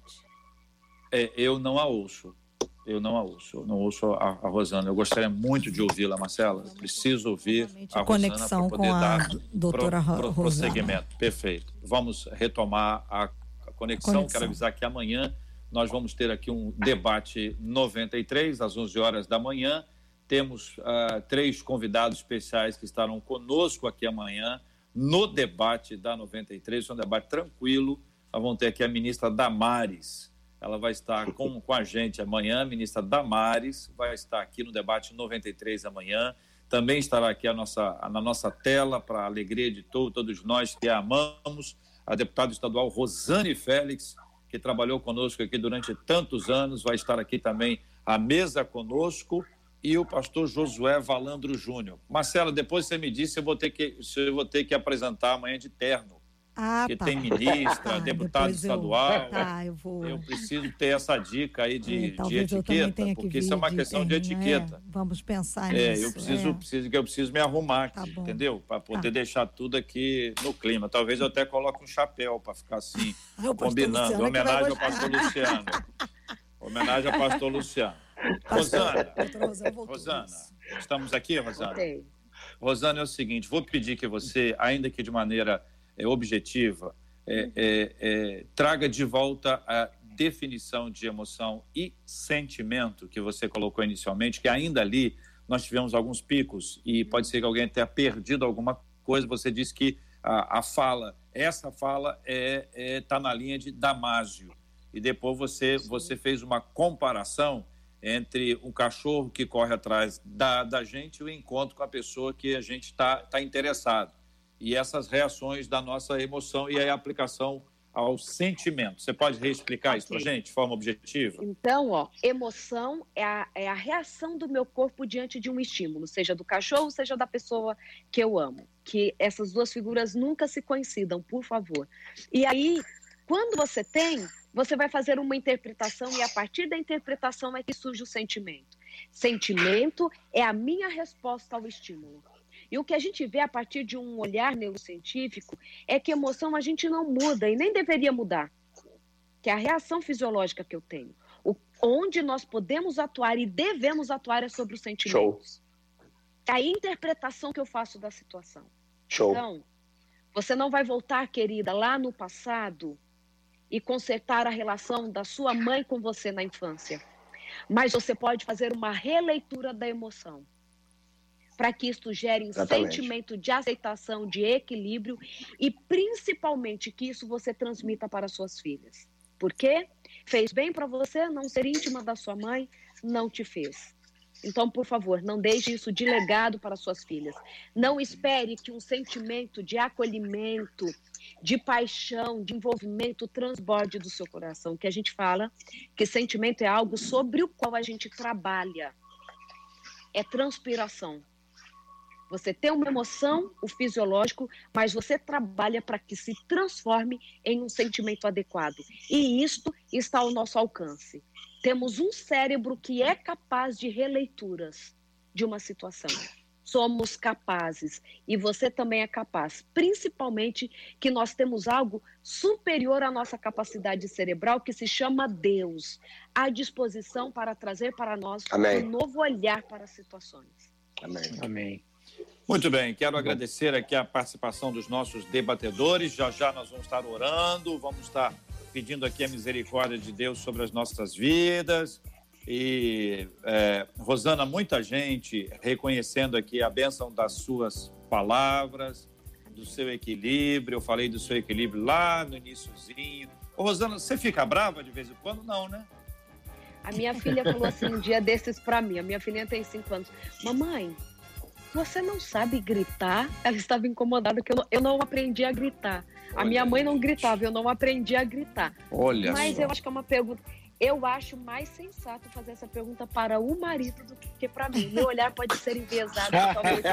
É, eu não a ouço. Eu não a ouço. Eu não ouço a, a Rosana. Eu gostaria muito de ouvi-la, Marcela. Eu preciso ouvir a conexão Rosana para poder com a dar doutora pro, pro, Rosana. prosseguimento. Perfeito. Vamos retomar a, a conexão. Conexão. Quero avisar que amanhã nós vamos ter aqui um debate noventa e três, às onze horas da manhã. Temos uh, três convidados especiais que estarão conosco aqui amanhã no debate da noventa e três. É um debate tranquilo. Nós vamos ter aqui a ministra Damares. Ela vai estar com, com a gente amanhã. A ministra Damares vai estar aqui no debate noventa e três amanhã. Também estará aqui a nossa, a, na nossa tela, para a alegria de to, todos nós que a amamos, a deputada estadual Rosane Félix, que trabalhou conosco aqui durante tantos anos, vai estar aqui também à mesa conosco, e o pastor Josué Valandro Júnior. Marcela, depois você me disse se eu vou ter que, se eu vou ter que apresentar amanhã de terno. Ah, porque tá. tem ministra, Ah, deputado depois eu- estadual. tá, eu vou- Eu preciso ter essa dica aí de, É, de talvez eu também etiqueta, tenha que porque vir isso é uma de questão de terninho, etiqueta. é. Vamos pensar É, nisso. eu preciso, é. preciso, eu preciso me arrumar aqui, Tá bom. entendeu? Para poder Tá. deixar tudo aqui no clima. Talvez eu até coloque um chapéu para ficar assim, Ah, o pastor combinando. Luciano é que vai Homenagem ao gostar. pastor Luciano. Homenagem ao pastor Luciano. Rosana, Doutora Rosana voltou. Rosana, estamos aqui, Rosana? Voltei. Rosana, é o seguinte, vou pedir que você, ainda que de maneira é, objetiva, é, é, é, traga de volta a definição de emoção e sentimento que você colocou inicialmente, que ainda ali nós tivemos alguns picos e pode ser que alguém tenha perdido alguma coisa. Você disse que a, a fala, essa fala está é, é, tá na linha de Damásio, e depois você, você fez uma comparação entre um cachorro que corre atrás da, da gente e o encontro com a pessoa que a gente está tá interessado. E essas reações da nossa emoção e a aplicação ao sentimento. Você pode reexplicar isso para a gente, de forma objetiva? Então, ó, emoção é a, é a reação do meu corpo diante de um estímulo, seja do cachorro, seja da pessoa que eu amo. Que essas duas figuras nunca se coincidam, por favor. E aí, quando você tem, você vai fazer uma interpretação e a partir da interpretação é que surge o sentimento. Sentimento é a minha resposta ao estímulo. E o que a gente vê a partir de um olhar neurocientífico é que emoção a gente não muda e nem deveria mudar. Que é a reação fisiológica que eu tenho. O, onde nós podemos atuar e devemos atuar é sobre os sentimentos. Show. A interpretação que eu faço da situação. Show. Então, você não vai voltar, querida, lá no passado e consertar a relação da sua mãe com você na infância. Mas você pode fazer uma releitura da emoção, para que isto gere um Exatamente. sentimento de aceitação, de equilíbrio e principalmente que isso você transmita para suas filhas. Por quê? Fez bem para você não ser íntima da sua mãe? Não te fez. Então, por favor, não deixe isso de legado para suas filhas. Não espere que um sentimento de acolhimento, de paixão, de envolvimento transborde do seu coração. Que a gente fala que sentimento é algo sobre o qual a gente trabalha. É transpiração. Você tem uma emoção, o fisiológico, mas você trabalha para que se transforme em um sentimento adequado. E isto está ao nosso alcance. Temos um cérebro que é capaz de releituras de uma situação. Somos capazes. E você também é capaz. Principalmente que nós temos algo superior à nossa capacidade cerebral, que se chama Deus, à disposição para trazer para nós Amém. um novo olhar para as situações. Amém. Amém. Muito bem, quero agradecer aqui a participação dos nossos debatedores. Já já nós vamos estar orando, vamos estar pedindo aqui a misericórdia de Deus sobre as nossas vidas. E, é, Rosana, muita gente reconhecendo aqui a bênção das suas palavras, do seu equilíbrio. Eu falei do seu equilíbrio lá no iniciozinho. Ô, Rosana, você fica brava de vez em quando? Não, né? A minha filha falou assim um dia desses pra mim, a minha filhinha tem cinco anos. Mamãe, você não sabe gritar? Ela estava incomodada que eu não, eu não aprendi a gritar. A Olha, minha mãe não gente. gritava, eu não aprendi a gritar. Olha Mas só. eu acho que é uma pergunta... Eu acho mais sensato fazer essa pergunta para o marido do que para mim. Meu olhar pode ser enviesado totalmente.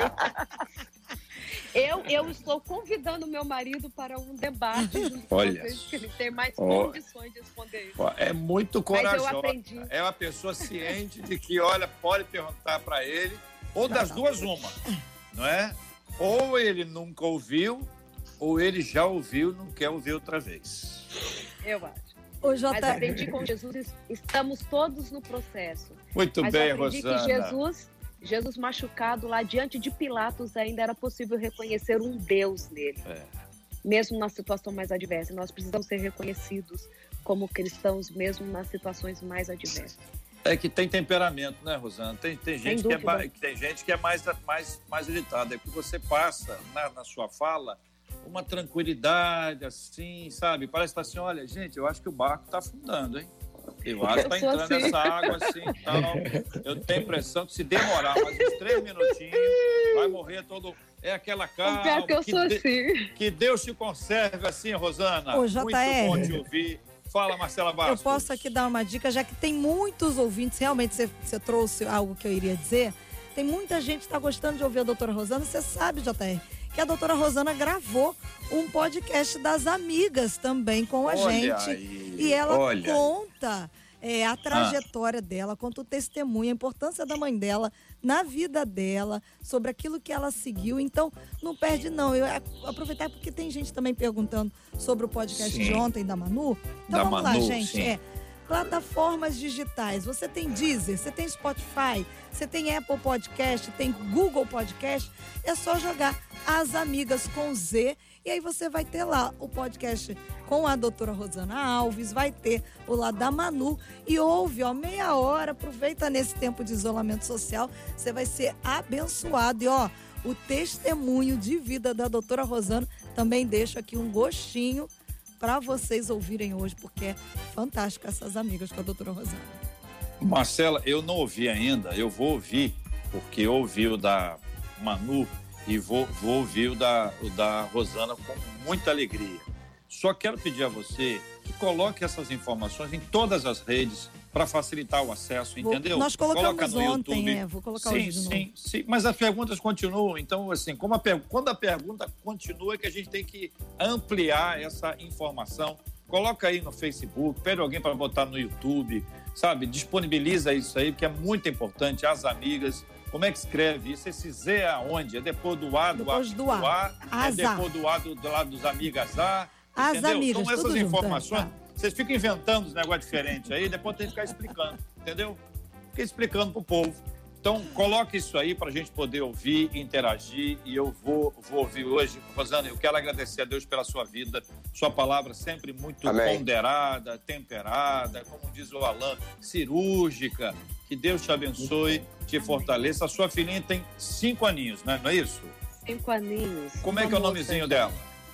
Eu, eu estou convidando meu marido para um debate junto com Olha. vocês, que ele tem mais Olha. condições de responder isso. Ó, é muito corajosa. Mas eu aprendi. É uma pessoa ciente de que, olha, pode perguntar para ele, ou das duas uma, não é? Ou ele nunca ouviu, ou ele já ouviu e não quer ouvir outra vez. Eu acho. Ô, J... Mas aprendi com Jesus, estamos todos no processo. Muito Mas bem, eu aprendi Rosana. que Jesus, Jesus machucado lá diante de Pilatos, ainda era possível reconhecer um Deus nele. É. Mesmo na situação mais adversa. Nós precisamos ser reconhecidos como cristãos, mesmo nas situações mais adversas. É que tem temperamento, né, Rosana? Tem, tem, Sem gente, que é, dúvida. mais- tem gente que é mais, mais, mais irritada. É que você passa na, na sua fala uma tranquilidade, assim, sabe? Parece que tá assim, olha, gente, eu acho que o barco tá afundando, hein? Eu acho que tá Eu sou entrando assim. essa água assim e tal. Eu tenho a impressão que se demorar mais uns três minutinhos, vai morrer todo... É aquela calma. Pior que eu sou de- assim. que Deus te conserve assim, Rosana. Ô, J R. Muito bom te ouvir. Fala, Marcela Bastos. Eu posso aqui dar uma dica, já que tem muitos ouvintes, realmente você, você trouxe algo que eu iria dizer. Tem muita gente que está gostando de ouvir a doutora Rosana. Você sabe, J R, que a doutora Rosana gravou um podcast das amigas também com a Olha gente. aí, E ela olha aí. conta é, a trajetória dela, conta o testemunho, a importância da mãe dela na vida dela, sobre aquilo que ela seguiu. Então, não perde não. Eu ia aproveitar porque tem gente também perguntando sobre o podcast Sim. de ontem da Manu. Então Da vamos Manu, lá, gente. sim. É, plataformas digitais. Você tem Deezer, você tem Spotify, você tem Apple Podcast, tem Google Podcast. É só jogar As Amigas com Z e aí você vai ter lá o podcast com a doutora Rosana Alves, vai ter o lá da Manu e ouve, ó, meia hora, aproveita nesse tempo de isolamento social, você vai ser abençoado. E ó, o testemunho de vida da doutora Rosana também deixa aqui um gostinho para vocês ouvirem hoje, porque é fantástico essas amigas com a doutora Rosana. Marcela, eu não ouvi ainda, eu vou ouvir, porque eu ouvi o da Manu e vou, vou ouvir o da, o da Rosana com muita alegria. Só quero pedir a você que coloque essas informações em todas as redes para facilitar o acesso, Vou- entendeu? nós colocamos Coloca no ontem, YouTube. é, vou colocar sim, hoje de sim, novo. sim, mas as perguntas continuam. Então, assim, como a per... quando a pergunta continua, é que a gente tem que ampliar essa informação. Coloca aí no Facebook, pede alguém para botar no YouTube, sabe? Disponibiliza isso aí, porque é muito importante. As amigas, como é que escreve isso? Esse Z é aonde? É depois do A, do Depois A, do A. é Azar. depois do A, do, do lado dos amigas A. As entendeu? amigas, Então, essas tudo junto, informações, é, tá. vocês ficam inventando os negócios diferentes aí, depois tem que ficar explicando, entendeu? Fica explicando pro povo. Então, coloque isso aí para a gente poder ouvir, interagir, e eu vou, vou ouvir hoje. Rosana, eu quero agradecer a Deus pela sua vida, sua palavra sempre muito Amém. ponderada, temperada, como diz o Alain, cirúrgica. Que Deus te abençoe, te fortaleça. A sua filhinha tem cinco aninhos, né? Não é isso? Cinco aninhos. Como é que é o Uma nomezinho moça. dela?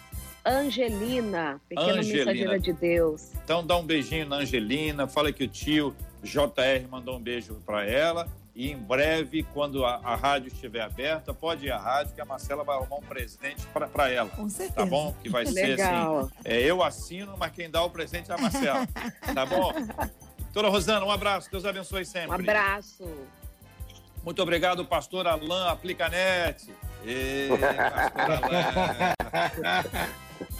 Angelina, pequena Angelina. mensageira de Deus. Então dá um beijinho na Angelina, fala que o tio J R mandou um beijo para ela e em breve, quando a, a rádio estiver aberta, pode ir à rádio que a Marcela vai arrumar um presente para ela, Com certeza. tá bom? Que vai ser Legal. assim, é, eu assino, mas quem dá o presente é a Marcela, tá bom? Doutora Rosana, um abraço, Deus abençoe sempre. Um abraço. Muito obrigado, pastor Alain Aplicanet. Ê, pastor Alain.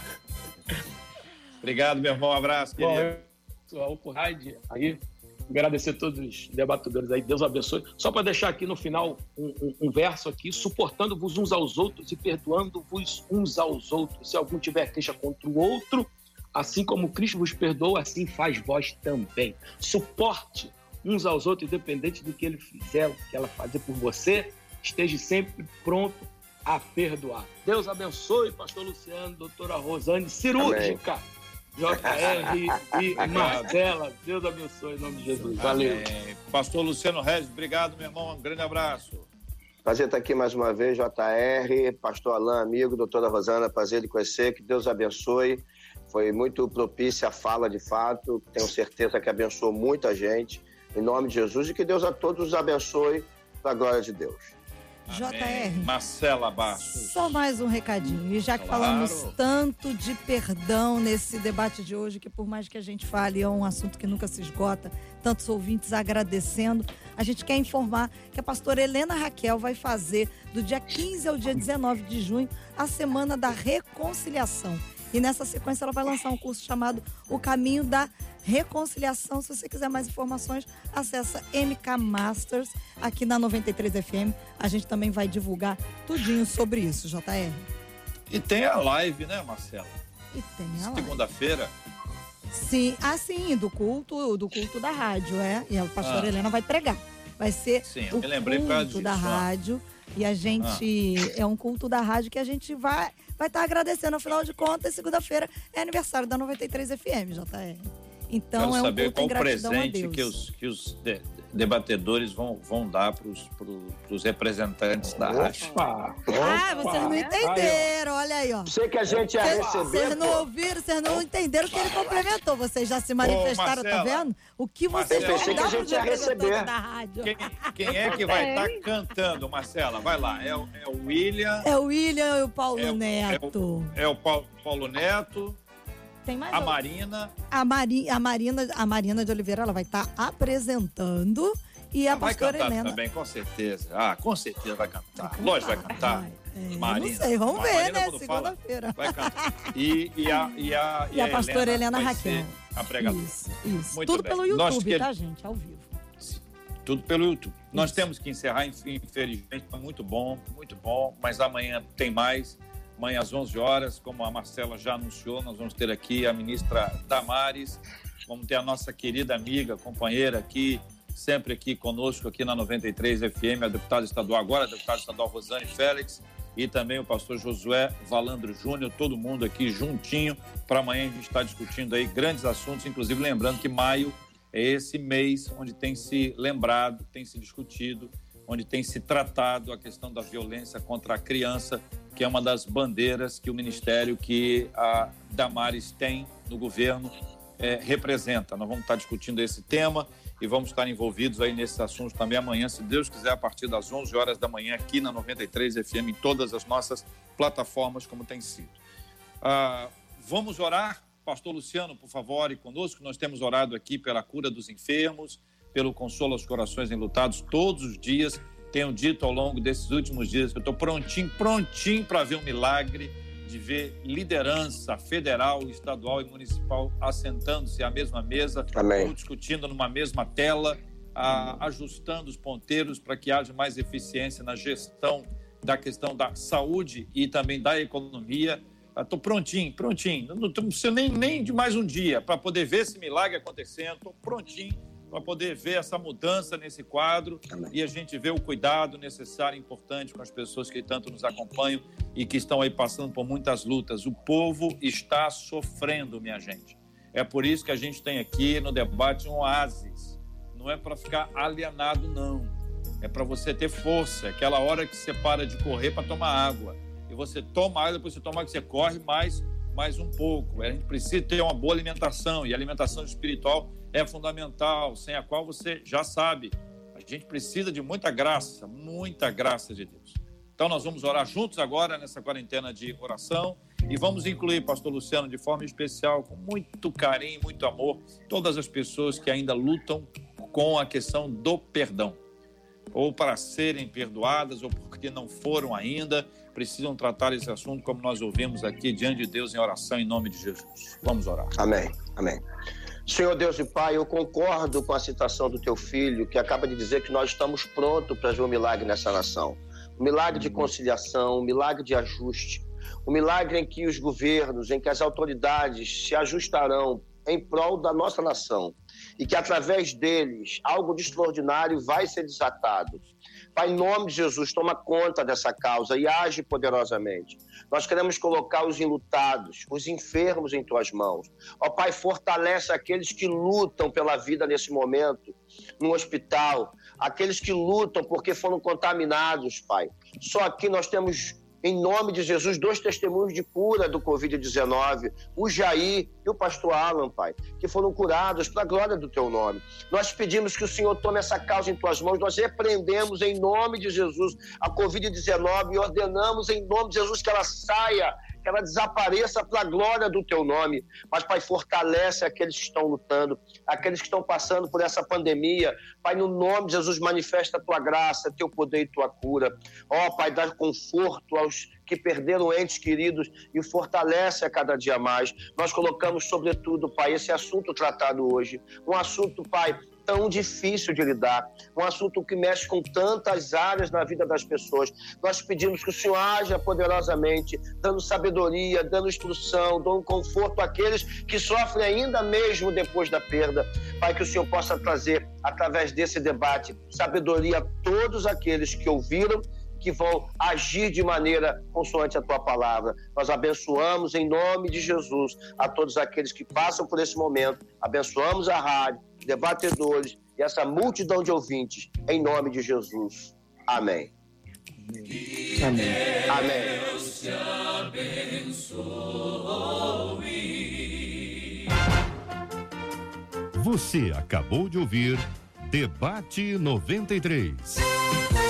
Obrigado, meu irmão, um abraço, Bom, querido. eu- a oportunidade aí, agradecer a todos os debatedores aí, Deus abençoe. Só para deixar aqui no final um, um- um verso aqui, suportando-vos uns aos outros e perdoando-vos uns aos outros. Se algum tiver queixa contra o outro, assim como Cristo vos perdoa, assim faz vós também. Suporte uns aos outros, independente do que ele fizer, o que ela fazer por você, esteja sempre pronto a perdoar. Deus abençoe, pastor Luciano, doutora Rosane, cirúrgica, J R e Marcela. Deus abençoe, em nome de Jesus. Valeu. Amém. Pastor Luciano Regis, obrigado, meu irmão. Um grande abraço. Prazer estar aqui mais uma vez, J R, pastor Alain, amigo, doutora Rosana, prazer de conhecer, que Deus abençoe. Foi muito propícia a fala, de fato, tenho certeza que abençoou muita gente, em nome de Jesus, e que Deus a todos os abençoe, para a glória de Deus. J R. Marcela Bastos. Só mais um recadinho. E já que Claro. falamos tanto de perdão nesse debate de hoje, que por mais que a gente fale, é um assunto que nunca se esgota, tantos ouvintes agradecendo, a gente quer informar que a pastora Helena Raquel vai fazer, do dia quinze ao dia dezenove de junho, a Semana da Reconciliação. E nessa sequência ela vai lançar um curso chamado O Caminho da Reconciliação. Se você quiser mais informações, acessa M K Masters aqui na noventa e três F M. A gente também vai divulgar tudinho sobre isso, J R. E tem a live, né, Marcela? E tem a live. Segunda-feira. Sim, ah, sim, do culto, do culto da rádio, é. E a pastora Ah. Helena vai pregar. Vai ser Sim, eu o me lembrei por causa culto disso, da ah. rádio. E a gente, é um culto da rádio que a gente vai vai estar agradecendo. Afinal de contas, segunda-feira é aniversário da noventa e três F M, J R. Então Quero é um saber culto qual em o gratidão a presente Deus. que os, que os de- debatedores vão, vão dar para os representantes da rádio. Opa, Ah, opa. vocês não entenderam, olha aí, ó. Sei que a gente ia Vocês receber, vocês não pô. ouviram, vocês não entenderam o que ele complementou. Vocês já se manifestaram, tá Marcela, vendo? O que vocês Marcela, vão eu pensei que a dar gente pros ia representantes receber. da rádio? Quem, quem é que vai estar cantando, Marcela? Vai lá. É, o- é o William, É o William e o Paulo É o- Neto. é o Paulo, Paulo Neto, Tem mais a outro. Marina. A, Mari, a, Marina, a Marina de Oliveira, ela vai estar apresentando. E a Vai pastora cantar Helena. também, com certeza. Ah, com certeza vai cantar. Lógico, vai cantar. É, Marina. não sei, vamos Ma- ver, Marina, né? quando fala, Segunda-feira. Vai cantar. E, e, a, e, a, E a pastora Helena vai Raquel. ser A pregadora. Isso, isso. Muito Tudo bem. pelo Nós YouTube, que- tá, gente? Ao vivo. Tudo pelo YouTube. Nós Isso. temos que encerrar, enfim, infelizmente, tá muito bom, muito bom, mas amanhã tem mais. Amanhã às onze horas, como a Marcela já anunciou, nós vamos ter aqui a ministra Damares, vamos ter a nossa querida amiga, companheira aqui, sempre aqui conosco, aqui na noventa e três F M, a deputada estadual, agora a deputada estadual Rosane Félix, e também o pastor Josué Valandro Júnior, todo mundo aqui juntinho, para amanhã a gente estar discutindo aí grandes assuntos, inclusive lembrando que maio é esse mês onde tem se lembrado, tem se discutido, onde tem se tratado a questão da violência contra a criança, que é uma das bandeiras que o ministério que a Damares tem no governo é, representa. Nós vamos estar discutindo esse tema e vamos estar envolvidos aí nesses assuntos também amanhã, se Deus quiser, a partir das onze horas da manhã, aqui na noventa e três F M, em todas as nossas plataformas, como tem sido. Ah, vamos orar? Pastor Luciano, por favor, ore conosco. Nós temos orado aqui pela cura dos enfermos, pelo consolo aos corações enlutados todos os dias. Tenho dito ao longo desses últimos dias que eu estou prontinho, prontinho para ver um milagre, de ver liderança federal, estadual e municipal assentando-se à mesma mesa, Amém. ou discutindo numa mesma tela, a, ajustando os ponteiros para que haja mais eficiência na gestão da questão da saúde e também da economia. Estou prontinho, prontinho. Não preciso nem, nem de mais um dia para poder ver esse milagre acontecendo. Estou prontinho para poder ver essa mudança nesse quadro. Amém. E a gente vê o cuidado necessário e importante com as pessoas que tanto nos acompanham e que estão aí passando por muitas lutas. O povo está sofrendo, minha gente. É por isso que a gente tem aqui no debate um oásis. Não é para ficar alienado, não. É para você ter força. É aquela hora que você para de correr para tomar água. E você toma água, depois você toma água, você corre mais, mais um pouco. A gente precisa ter uma boa alimentação. E a alimentação espiritual é fundamental, sem a qual você já sabe. A gente precisa de muita graça, muita graça de Deus. Então nós vamos orar juntos agora nessa quarentena de oração e vamos incluir, pastor Luciano, de forma especial, com muito carinho, muito amor, todas as pessoas que ainda lutam com a questão do perdão. Ou para serem perdoadas, ou porque não foram ainda, precisam tratar esse assunto como nós ouvimos aqui diante de Deus em oração em nome de Jesus. Vamos orar. Amém, amém. Senhor Deus e Pai, eu concordo com a citação do teu filho, que acaba de dizer que nós estamos prontos para ver um milagre nessa nação. Um milagre de conciliação, um milagre de ajuste, um milagre em que os governos, em que as autoridades se ajustarão em prol da nossa nação e que através deles algo de extraordinário vai ser desatado. Pai, em nome de Jesus, toma conta dessa causa e age poderosamente. Nós queremos colocar os enlutados, os enfermos em tuas mãos. Ó Pai, fortalece aqueles que lutam pela vida nesse momento, no hospital, aqueles que lutam porque foram contaminados, Pai. Só aqui nós temos, em nome de Jesus, dois testemunhos de cura do covid dezenove, o Jair e o pastor Alan, Pai, que foram curados para a glória do teu nome. Nós pedimos que o Senhor tome essa causa em tuas mãos, nós repreendemos em nome de Jesus a covid dezenove e ordenamos em nome de Jesus que ela saia, que ela desapareça para a glória do teu nome. Mas, Pai, fortalece aqueles que estão lutando, aqueles que estão passando por essa pandemia. Pai, no nome de Jesus, manifesta a tua graça, teu poder e tua cura. Ó, Pai, dá conforto aos que perderam entes queridos e fortalece a cada dia mais. Nós colocamos, sobretudo, Pai, esse assunto tratado hoje. Um assunto, Pai, tão difícil de lidar, um assunto que mexe com tantas áreas na vida das pessoas. Nós pedimos que o Senhor haja poderosamente, dando sabedoria, dando instrução, dando conforto àqueles que sofrem ainda mesmo depois da perda. Pai, que o Senhor possa trazer, através desse debate, sabedoria a todos aqueles que ouviram, que vão agir de maneira consoante a tua palavra. Nós abençoamos em nome de Jesus a todos aqueles que passam por esse momento, abençoamos a rádio, debatedores e essa multidão de ouvintes, em nome de Jesus. Amém. Amém. Amém. Deus te abençoe. Você acabou de ouvir Debate noventa e três.